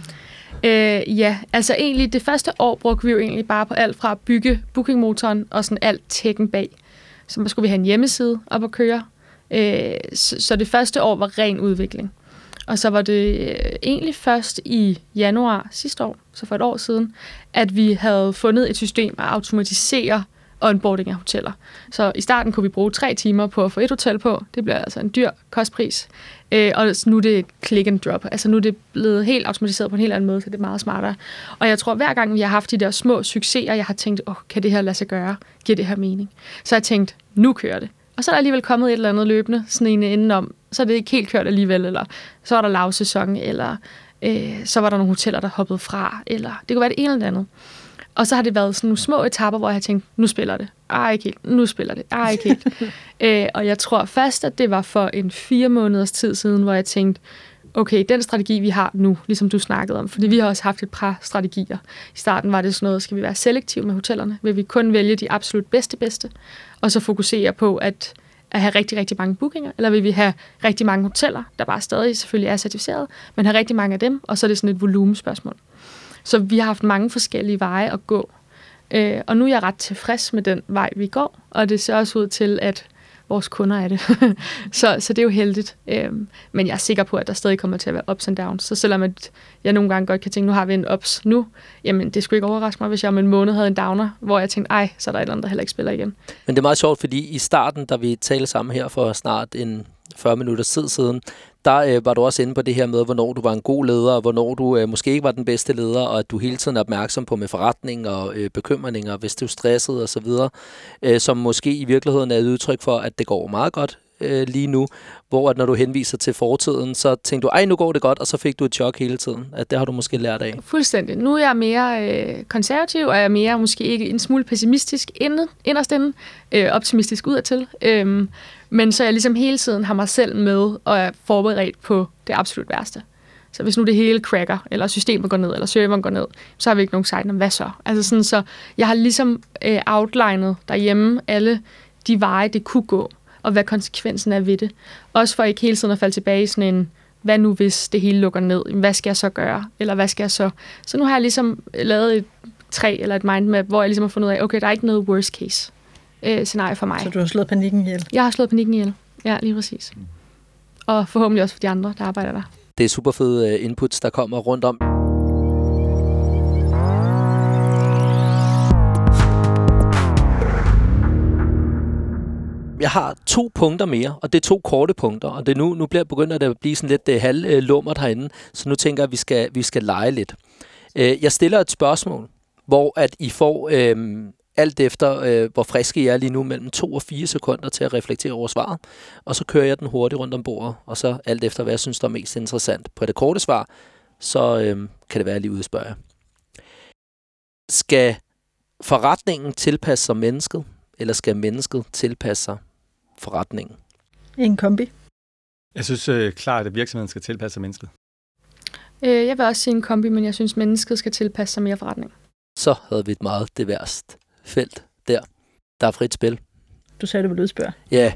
[SPEAKER 2] Øh, ja, altså egentlig det første år brugte vi jo egentlig bare på alt fra at bygge bookingmotoren og sådan alt tekken bag. Så skulle vi have en hjemmeside op at køre. Øh, så, så det første år var ren udvikling. Og så var det øh, egentlig først i januar sidste år, så for et år siden, at vi havde fundet et system at automatisere onboarding af hoteller. Så i starten kunne vi bruge tre timer på at få et hotel på. Det bliver altså en dyr kostpris. Øh, og nu er det et click and drop. Altså nu er det blevet helt automatiseret på en helt anden måde, så det er meget smartere. Og jeg tror, hver gang vi har haft de der små succeser, jeg har tænkt, åh, kan det her lade sig gøre? Giver det her mening? Så jeg tænkt, nu kører det. Og så er der alligevel kommet et eller andet løbende, sådan en indenom. Så er det ikke helt kørt alligevel, eller så er der lavsæson, eller øh, så var der nogle hoteller, der hoppede fra, eller det kunne være det ene eller andet. Og så har det været sådan nogle små etaper, hvor jeg har tænkt, nu spiller det. Ej, ikke helt. Nu spiller det. Ej, ikke helt. Æ, og jeg tror først, at det var for en fire måneders tid siden, hvor jeg tænkte, okay, den strategi, vi har nu, ligesom du snakkede om, fordi vi har også haft et par strategier. I starten var det sådan noget, skal vi være selektive med hotellerne? Vil vi kun vælge de absolut bedste bedste? Og så fokusere på at, at have rigtig, rigtig mange bookinger? Eller vil vi have rigtig mange hoteller, der bare stadig selvfølgelig er certificeret, men have rigtig mange af dem? Og så er det sådan et volumenspørgsmål. Så vi har haft mange forskellige veje at gå. Øh, og nu er jeg ret tilfreds med den vej, vi går. Og det ser også ud til, at vores kunder er det. så, så det er jo heldigt. Øh, men jeg er sikker på, at der stadig kommer til at være ups and downs. Så selvom at jeg nogle gange godt kan tænke, nu har vi en ups nu, jamen det skulle ikke overraske mig, hvis jeg om en måned havde en downer, hvor jeg tænkte, ej, så er der et eller andet, der heller ikke spiller igen.
[SPEAKER 1] Men det er meget sjovt, fordi i starten, da vi talte sammen her for snart en fyrre minutter tid siden, der øh, var du også inde på det her med, hvornår du var en god leder, og hvornår du øh, måske ikke var den bedste leder, og at du hele tiden er opmærksom på med forretning og øh, bekymringer, hvis du er stresset osv., øh, som måske i virkeligheden er et udtryk for, at det går meget godt øh, lige nu, hvor at når du henviser til fortiden, så tænkte du, ej, nu går det godt, og så fik du et chok hele tiden. At det har du måske lært af.
[SPEAKER 2] Fuldstændig. Nu er jeg mere øh, konservativ, og jeg er mere måske ikke en smule pessimistisk inde, inderst inde, øh, optimistisk udadtil. Øh, Men så jeg ligesom hele tiden har mig selv med og er forberedt på det absolut værste. Så hvis nu det hele cracker, eller systemet går ned, eller serveren går ned, så har vi ikke nogen sejt om, hvad så? Altså sådan, så jeg har ligesom øh, outlinet derhjemme alle de veje, det kunne gå, og hvad konsekvensen er ved det. Også for ikke hele tiden at falde tilbage i sådan en, hvad nu hvis det hele lukker ned? Hvad skal jeg så gøre? Eller hvad skal jeg så? Så nu har jeg ligesom lavet et træ eller et mindmap, hvor jeg ligesom har fundet ud af, okay, der er ikke noget worst case øh, scenarie for mig.
[SPEAKER 4] Så du har slået panikken ihjel?
[SPEAKER 2] Jeg har slået panikken ihjel. Ja, lige præcis. Og forhåbentlig også for de andre, der arbejder der.
[SPEAKER 1] Det er super fede inputs, der kommer rundt om. Jeg har to punkter mere, og det er to korte punkter, og det nu, nu bliver begynder det at blive sådan lidt uh, halvlummert herinde, så nu tænker jeg, at vi skal, vi skal lege lidt. Uh, jeg stiller et spørgsmål, hvor at I får øh, alt efter, øh, hvor friske I er lige nu, mellem to og fire sekunder til at reflektere over svaret, og så kører jeg den hurtigt rundt om bordet, og så alt efter, hvad jeg synes, der er mest interessant. På det korte svar, så øh, kan det være, at jeg lige udspørger jer. Skal forretningen tilpasse sig mennesket, eller skal mennesket tilpasse sig forretningen?
[SPEAKER 4] En kombi.
[SPEAKER 3] Jeg synes øh, klart, at virksomheden skal tilpasse sig mennesket.
[SPEAKER 2] Øh, jeg vil også sige en kombi, men jeg synes, mennesket skal tilpasse sig mere forretning.
[SPEAKER 1] Så havde vi et meget diverst felt der. Der er frit spil.
[SPEAKER 4] Du sagde, du ville udspørge.
[SPEAKER 1] Ja.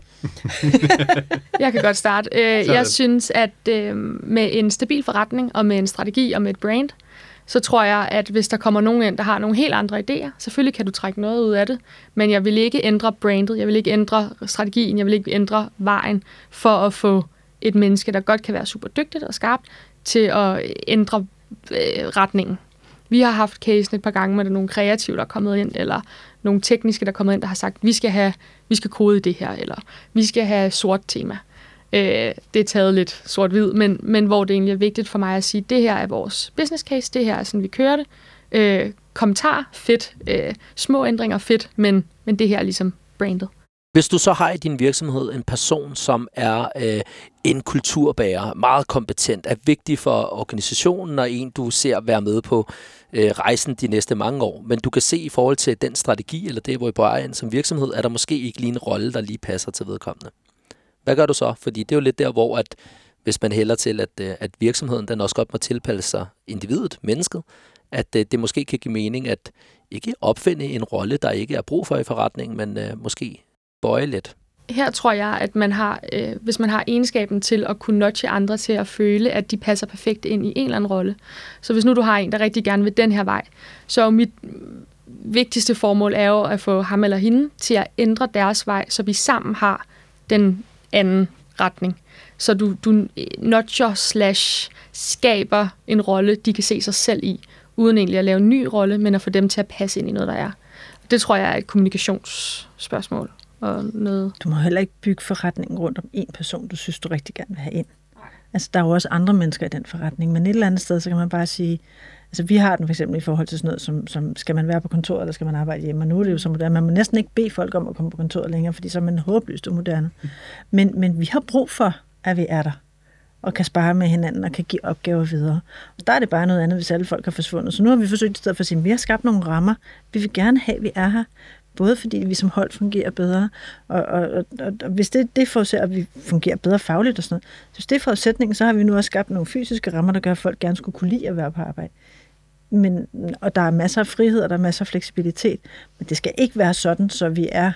[SPEAKER 2] Jeg kan godt starte. Øh, jeg synes, at øh, med en stabil forretning, og med en strategi og med et brand, så tror jeg, at hvis der kommer nogen ind, der har nogle helt andre idéer, selvfølgelig kan du trække noget ud af det, men jeg vil ikke ændre brandet, jeg vil ikke ændre strategien, jeg vil ikke ændre vejen for at få et menneske, der godt kan være super dygtigt og skarpt, til at ændre øh, retningen. Vi har haft casen et par gange med nogle kreative, der er kommet ind, eller nogle tekniske, der er kommet ind, der har sagt, vi skal have, vi skal kode det her, eller vi skal have sort tema. Øh, det er taget lidt sort-hvid, men, men hvor det egentlig er vigtigt for mig at sige, det her er vores business case, det her er sådan, vi kører det. Øh, kommentar, fedt. Øh, små ændringer, fedt, men, men det her er ligesom brandet.
[SPEAKER 1] Hvis du så har i din virksomhed en person, som er øh, en kulturbærer, meget kompetent, er vigtig for organisationen, og en, du ser være med på øh, rejsen de næste mange år, men du kan se i forhold til den strategi, eller det, hvor I på ejen som virksomhed, er der måske ikke lige en rolle, der lige passer til vedkommende. Hvad gør du så? Fordi det er jo lidt der, hvor at, hvis man hælder til, at, at virksomheden den også godt må tilpasse sig individet, mennesket, at det måske kan give mening at ikke opfinde en rolle, der ikke er brug for i forretningen, men øh, måske bøje lidt.
[SPEAKER 2] Her tror jeg, at man har, øh, hvis man har egenskaben til at kunne nudge andre til at føle, at de passer perfekt ind i en eller anden rolle. Så hvis nu du har en, der rigtig gerne vil den her vej, så er jo mit vigtigste formål er jo at få ham eller hende til at ændre deres vej, så vi sammen har den anden retning. Så du, du nudger slash skaber en rolle, de kan se sig selv i, uden egentlig at lave en ny rolle, men at få dem til at passe ind i noget, der er. Det tror jeg er et kommunikationsspørgsmål. Og noget.
[SPEAKER 4] Du må heller ikke bygge forretningen rundt om en person, du synes, du rigtig gerne vil have ind. Altså, der er jo også andre mennesker i den forretning, men et eller andet sted, så kan man bare sige, altså vi har den for eksempel i forhold til sådan noget, som, som skal man være på kontoret, eller skal man arbejde hjemme, og nu er det jo så moderne. Man må næsten ikke bede folk om at komme på kontoret længere, fordi så er man håbløst umoderne. Men, men vi har brug for, at vi er der, og kan spare med hinanden, og kan give opgaver videre. Og der er det bare noget andet, hvis alle folk har forsvundet. Så nu har vi forsøgt i stedet for at sige, vi har skabt nogle rammer, vi vil gerne have, at vi er her, både fordi vi som hold fungerer bedre, og, og, og, og hvis det, det forudsætter, at vi fungerer bedre fagligt og sådan noget, så hvis det er forudsætningen, så har vi nu også skabt nogle fysiske rammer, der gør, at folk gerne skulle kunne lide at være på arbejde. Men, og der er masser af frihed, og der er masser af fleksibilitet, men det skal ikke være sådan, så vi er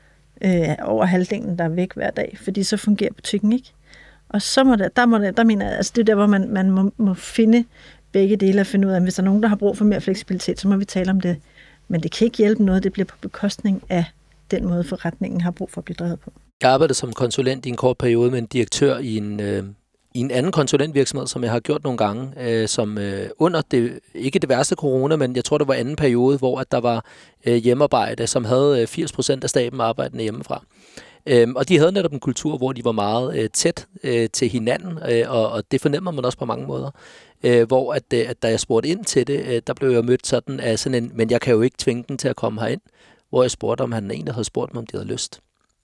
[SPEAKER 4] øh, over halvdelen, der er væk hver dag, fordi så fungerer butikken ikke. Og så må det, der, må det, der mener jeg, altså det er der, hvor man, man må, må finde begge dele og finde ud af, hvis der er nogen, der har brug for mere fleksibilitet, så må vi tale om det. Men det kan ikke hjælpe noget, det bliver på bekostning af den måde, forretningen har brug for at blive drevet på.
[SPEAKER 1] Jeg arbejdede som konsulent i en kort periode med en direktør i en, øh, i en anden konsulentvirksomhed, som jeg har gjort nogle gange, øh, som øh, under det, ikke det værste corona, men jeg tror, det var anden periode, hvor at der var øh, hjemmearbejde, som havde øh, firs procent af staben arbejdende hjemmefra. Øhm, og de havde netop en kultur, hvor de var meget øh, tæt øh, til hinanden, øh, og, og det fornemmer man også på mange måder. Øh, hvor at, øh, at da jeg spurgte ind til det, øh, der blev jeg mødt sådan af sådan en, men jeg kan jo ikke tvinge den til at komme herind, hvor jeg spurgte, om han egentlig havde spurgt mig, om de havde lyst.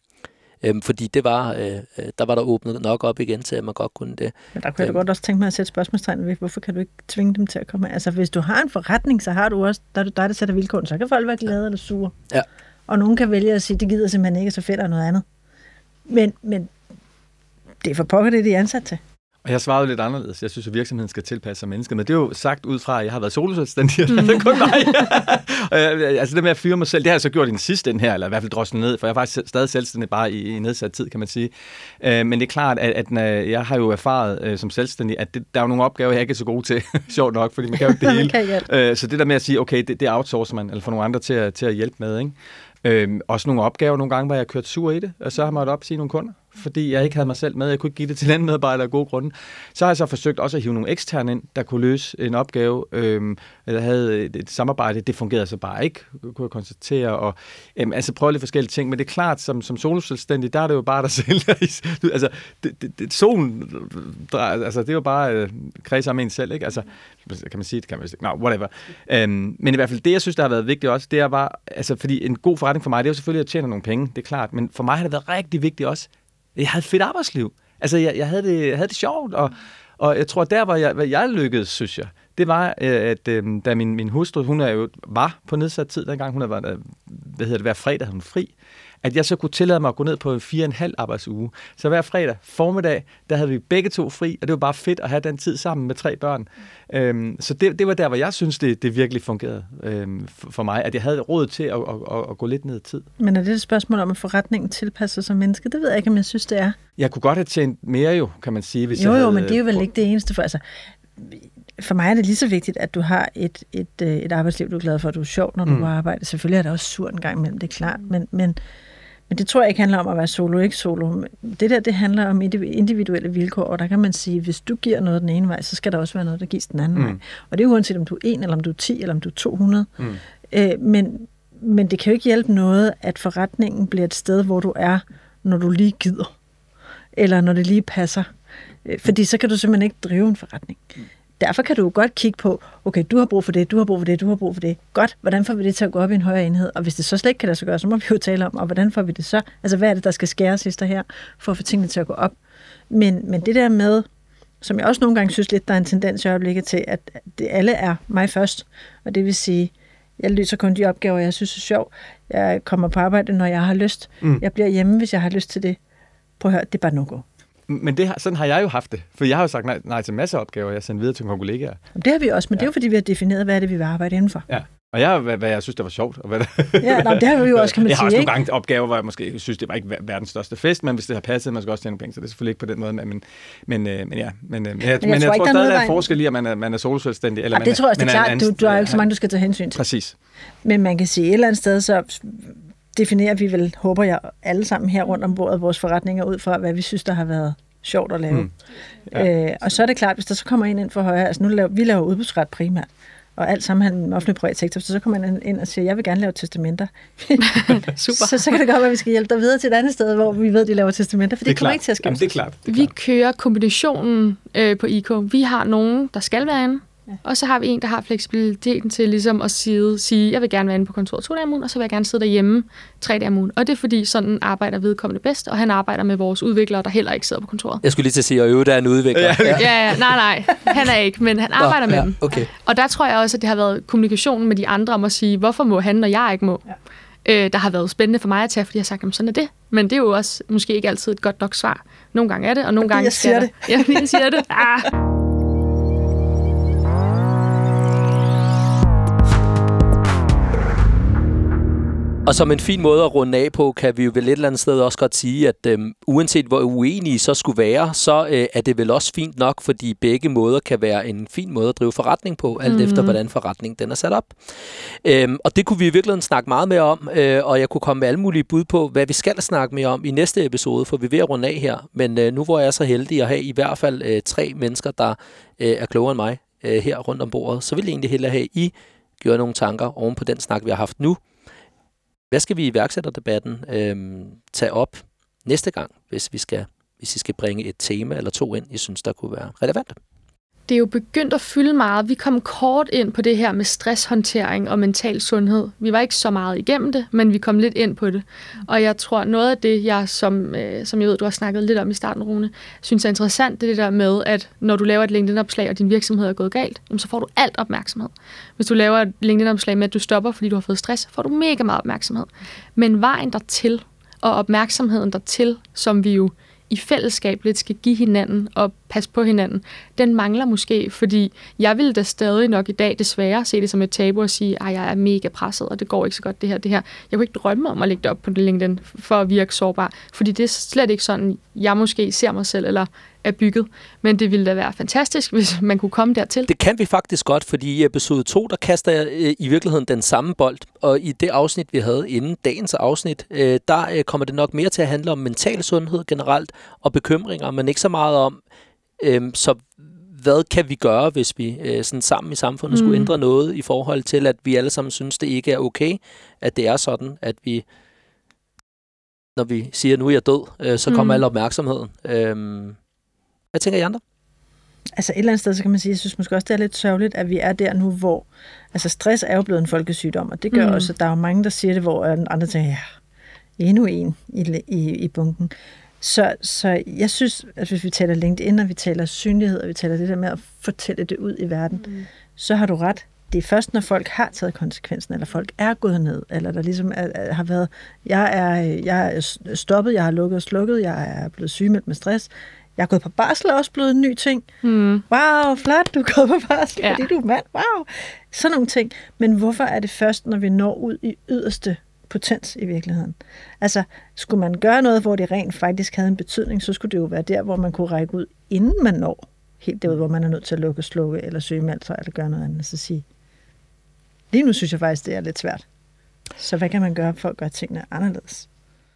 [SPEAKER 1] Øhm, fordi det var, øh, der var der åbnet nok op igen til, at man godt kunne det.
[SPEAKER 4] Men der kunne jeg da godt også tænke mig at sætte spørgsmålstegn ved, hvorfor kan du ikke tvinge dem til at komme? Altså hvis du har en forretning, så har du også, der er du dig, der sætter vilkårene, så kan folk være glade eller sure.
[SPEAKER 1] Ja.
[SPEAKER 4] Og nogen kan vælge at sige, det gider simpelthen ikke, så fedt og noget andet. Men, men det er for pokker, det de er ansat til.
[SPEAKER 3] Og jeg svarede lidt anderledes. Jeg synes, at virksomheden skal tilpasse sig mennesket. Men det er jo sagt ud fra, at jeg har været soloselvstændig, og det er kun mig. Altså det med at fyre mig selv, det har jeg så gjort i den sidste ende her, eller i hvert fald drosset ned, for jeg er faktisk stadig selvstændig bare i, i nedsat tid, kan man sige. Men det er klart, at, at jeg har jo erfaret som selvstændig, at det, der er jo nogle opgaver, jeg ikke er så god til. Sjovt nok, fordi man kan jo ikke det hele. Så det der med at sige, okay, det, det outsourcer man, eller får nogle andre til at, til at hjælpe med, ikke? Øhm, også nogle opgaver nogle gange, hvor jeg har kørt sur i det, og så har man måttet opsige nogle kunder, fordi jeg ikke havde mig selv med. Jeg kunne ikke give det til en anden medarbejder af gode grunde. Så har jeg så forsøgt også at hive nogle eksterne ind, der kunne løse en opgave. Øhm, eller havde et, et samarbejde. Det fungerede så bare ikke, kunne jeg konstatere. Og, øhm, altså prøve lidt forskellige ting. Men det er klart, som, som soloselvstændig, der er det jo bare dig selv. altså, det, det, det, solen, altså, det er jo bare øh, kredser om en selv, ikke? Altså, kan man sige det, kan man sige. No, whatever. Øhm, men i hvert fald det, jeg synes, der har været vigtigt også, det er bare, altså, fordi en god forretning for mig, det er jo selvfølgelig at tjene nogle penge, det er klart. Men for mig har det været rigtig vigtigt også, jeg havde et fedt arbejdsliv. Altså, jeg, jeg, havde, det, jeg havde det sjovt, og, og jeg tror, der, hvor jeg, hvor jeg lykkedes, synes jeg, det var, at øh, da min, min hustru, hun er jo, var på nedsat tid dengang, hun var, hvad hedder det, hver fredag, hun fri, at jeg så kunne tillade mig at gå ned på en fire og en halv arbejdsuge. Så hver fredag formiddag, der havde vi begge to fri, og det var bare fedt at have den tid sammen med tre børn. Øhm, så det, det var der, hvor jeg synes, det, det virkelig fungerede øhm, for, for mig, at jeg havde råd til at, at, at, at gå lidt ned i tid.
[SPEAKER 4] Men er det et spørgsmål om, at forretningen tilpasser sig menneske? Det ved jeg ikke, om jeg synes, det er.
[SPEAKER 3] Jeg kunne godt have tjent mere jo, kan man sige. Hvis
[SPEAKER 4] jo,
[SPEAKER 3] jeg
[SPEAKER 4] jo,
[SPEAKER 3] havde,
[SPEAKER 4] men det er jo vel ikke det eneste for... Altså, for mig er det lige så vigtigt, at du har et, et, et arbejdsliv, du er glad for, at du er sjov, når du mm. arbejder. Selvfølgelig er det også surt en gang imellem, det er klart, men, men, men det tror jeg ikke handler om at være solo, ikke solo. Det der, det handler om individuelle vilkår, og der kan man sige, hvis du giver noget den ene vej, så skal der også være noget, der gives den anden mm. vej. Og det er uanset om du er en, eller om du er ti, eller om du er to hundrede. Mm. Øh, men, men det kan jo ikke hjælpe noget, at forretningen bliver et sted, hvor du er, når du lige gider, eller når det lige passer. Fordi så kan du simpelthen ikke drive en forretning. Derfor kan du jo godt kigge på, okay, du har brug for det, du har brug for det, du har brug for det. Godt, hvordan får vi det til at gå op i en højere enhed? Og hvis det så slet ikke kan lade sig gøre, så må vi jo tale om, og hvordan får vi det så? Altså, hvad er det, der skal skæres sidst her, for at få tingene til at gå op? Men, men det der med, som jeg også nogle gange synes lidt, der er en tendens i øjeblikket til, at det alle er mig først. Og det vil sige, jeg løser kun de opgaver, jeg synes er sjov. Jeg kommer på arbejde, når jeg har lyst. Mm. Jeg bliver hjemme, hvis jeg har lyst til det. Prøv at høre, det er bare no-go.
[SPEAKER 3] Men det, sådan har jeg jo haft det. For jeg har jo sagt nej, nej til masser af opgaver, jeg sender videre til mine kollegaer.
[SPEAKER 4] Det har vi også, men ja. Det er jo fordi, vi har defineret, hvad er det, vi vil arbejde indenfor.
[SPEAKER 3] Ja. Og jeg, hvad, hvad jeg synes, det var sjovt. Og hvad der...
[SPEAKER 4] Ja, nej, det har vi jo også, kan man
[SPEAKER 3] jeg
[SPEAKER 4] sige.
[SPEAKER 3] Jeg har også
[SPEAKER 4] ikke?
[SPEAKER 3] nogle gange opgaver, hvor jeg måske synes, det var ikke verdens største fest, men hvis det har passet, man skal også tjene penge, så det er selvfølgelig ikke på den måde. Men, men, men, øh, men ja, men, øh, men jeg, men jeg, men jeg tror, tror stadig, der er forskel i, at man er, man er soloselvstændig. Eller
[SPEAKER 4] ja, det
[SPEAKER 3] man,
[SPEAKER 4] tror jeg også, det er klart. Du, du har jo ikke så mange, du skal tage hensyn til.
[SPEAKER 3] Præcis.
[SPEAKER 4] Men man kan sige, et eller andet sted, så definerer vi vel, håber jeg, alle sammen her rundt om bordet, vores forretninger ud fra, hvad vi synes, der har været sjovt at lave. Mm. Ja. Øh, og så er det klart, hvis der så kommer en ind for højre, altså nu laver vi laver udbudsret primært, og alt sammenhandel med offentlig privat sektor, så så kommer man ind og siger, jeg vil gerne lave testamenter. Super. så, så kan det godt være, at vi skal hjælpe dig videre til et andet sted, hvor vi ved, at de laver testamenter, for det, det kommer ikke til at ske.
[SPEAKER 3] Jamen, det er klart. Det er
[SPEAKER 2] vi
[SPEAKER 3] klart.
[SPEAKER 2] kører kombinationen øh, på I K. Vi har nogen, der skal være inde, ja. Og så har vi en, der har fleksibiliteten til ligesom at sige, sige, jeg vil gerne være inde på kontoret to dage om ugen, og så vil jeg gerne sidde derhjemme tre dage om ugen. Og det er fordi, sådan arbejder vedkommende bedst, og han arbejder med vores udviklere, der heller ikke sidder på kontoret.
[SPEAKER 1] Jeg skulle lige til at sige, at øve, der er en udvikler.
[SPEAKER 2] Ja, ja, ja, nej, nej, han er ikke, men han arbejder Nå, med
[SPEAKER 1] ja,
[SPEAKER 2] dem.
[SPEAKER 1] Okay.
[SPEAKER 2] Og der tror jeg også, at det har været kommunikationen med de andre om at sige, hvorfor må han, når jeg ikke må? Ja. Øh, der har været spændende for mig at tage, fordi jeg har sagt, jamen sådan er det. Men det er jo også måske ikke altid et godt nok svar. Nogle gange er det, og nogle
[SPEAKER 4] fordi
[SPEAKER 2] gange
[SPEAKER 4] jeg siger
[SPEAKER 2] det. Ja, fordi jeg siger det. Ah.
[SPEAKER 1] Og som en fin måde at runde af på, kan vi jo vel et eller andet sted også godt sige, at øhm, uanset hvor uenige så skulle være, så øh, er det vel også fint nok, fordi begge måder kan være en fin måde at drive forretning på, alt mm-hmm. efter hvordan forretningen den er sat op. Øhm, og det kunne vi i virkeligheden snakke meget mere om, øh, og jeg kunne komme med alle mulige bud på, hvad vi skal snakke mere om i næste episode, for vi er ved at runde af her. Men øh, nu hvor jeg er så heldig at have i hvert fald øh, tre mennesker, der øh, er klogere end mig øh, her rundt om bordet, så vil jeg egentlig hellere have, I gjort nogle tanker oven på den snak, vi har haft nu. Hvad skal vi i iværksætterdebatten øh, tage op næste gang, hvis vi skal, hvis I skal bringe et tema eller to ind, I synes, der kunne være relevant?
[SPEAKER 2] Det er jo begyndt at fylde meget. Vi kom kort ind på det her med stresshåndtering og mental sundhed. Vi var ikke så meget igennem det, men vi kom lidt ind på det. Og jeg tror, noget af det, jeg, som, øh, som jeg ved, du har snakket lidt om i starten, Rune, synes er interessant, det er det der med, at når du laver et LinkedIn-opslag, og din virksomhed er gået galt, så får du alt opmærksomhed. Hvis du laver et LinkedIn-opslag med, at du stopper, fordi du har fået stress, får du mega meget opmærksomhed. Men vejen dertil, og opmærksomheden dertil, som vi jo i fællesskab lidt skal give hinanden og passe på hinanden, den mangler måske, fordi jeg vil da stadig nok i dag desværre se det som et tabu og sige, at jeg er mega presset, og det går ikke så godt det her, det her. Jeg kunne ikke drømme om at lægge det op på LinkedIn for at virke sårbar, fordi det er slet ikke sådan, jeg måske ser mig selv, eller er bygget. Men det ville da være fantastisk, hvis man kunne komme dertil.
[SPEAKER 1] Det kan vi faktisk godt, fordi i episode to, der kaster jeg øh, i virkeligheden den samme bold. Og i det afsnit, vi havde inden dagens afsnit, øh, der øh, kommer det nok mere til at handle om mental sundhed generelt, og bekymringer, men ikke så meget om, øh, så hvad kan vi gøre, hvis vi øh, sådan sammen i samfundet mm. skulle ændre noget i forhold til, at vi alle sammen synes, det ikke er okay, at det er sådan, at vi, når vi siger, nu er jeg død, øh, så kommer mm. al opmærksomheden. Øh, hvad tænker I andre?
[SPEAKER 4] Altså et eller andet sted, så kan man sige, jeg synes måske også, det er lidt sørgeligt, at vi er der nu, hvor altså stress er jo blevet en folkesygdom, og det gør mm. også, at der er jo mange, der siger det, hvor andre tænker, ja, endnu en i, i, i bunken. Så, så jeg synes, at hvis vi taler LinkedIn, og vi taler synlighed, og vi taler det der med at fortælle det ud i verden, mm. så har du ret. Det er først, når folk har taget konsekvensen, eller folk er gået ned, eller der ligesom er, er, har været, jeg er, jeg er stoppet, jeg har lukket og slukket, jeg er blevet sygemeldt med stress, jeg er gået på barsel og også blevet en ny ting. Mm. Wow, flot, du er gået på barsel, ja. Fordi du er mand. Wow. Sådan nogle ting. Men hvorfor er det først, når vi når ud i yderste potens i virkeligheden? Altså, skulle man gøre noget, hvor det rent faktisk havde en betydning, så skulle det jo være der, hvor man kunne række ud, inden man når helt derud, hvor man er nødt til at lukke, slukke, eller sygemelde sig, eller gøre noget andet. Så sige, lige nu synes jeg faktisk, det er lidt svært. Så hvad kan man gøre for at gøre tingene anderledes?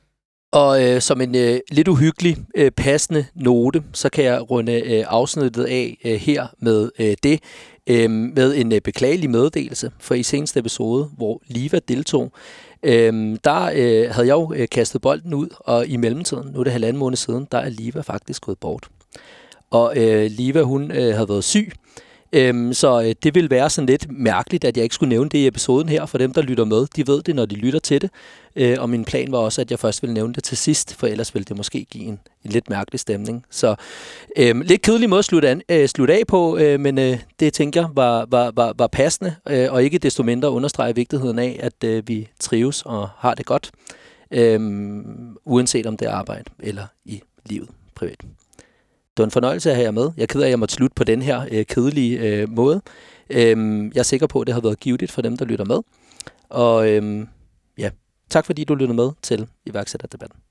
[SPEAKER 1] Og øh, som en øh, lidt uhyggelig, øh, passende note, så kan jeg runde øh, afsnittet af øh, her med øh, det, øh, med en øh, beklagelig meddelelse. For i seneste episode, hvor Liva deltog, øh, der øh, havde jeg jo øh, kastet bolden ud, og i mellemtiden, nu er det halvanden måned siden, der er Liva faktisk gået bort. Og øh, Liva, hun øh, havde været syg, Øhm, så øh, det vil være sådan lidt mærkeligt, at jeg ikke skulle nævne det i episoden her, for dem, der lytter med, de ved det, når de lytter til det. Øh, og min plan var også, at jeg først ville nævne det til sidst, for ellers ville det måske give en, en lidt mærkelig stemning. Så øh, lidt kedelig måde at slutte, an, øh, slutte af på, øh, men øh, det tænker jeg var, var, var, var passende, øh, og ikke desto mindre understrege vigtigheden af, at øh, vi trives og har det godt, øh, uanset om det er arbejde eller i livet privat. Det var en fornøjelse at have jer med. Jeg er ked af, at jeg måtte slutte på den her øh, kedelige øh, måde. Øhm, jeg er sikker på, at det har været givetigt for dem, der lytter med. Og øhm, ja, tak fordi du lytter med til iværksætterdebatten.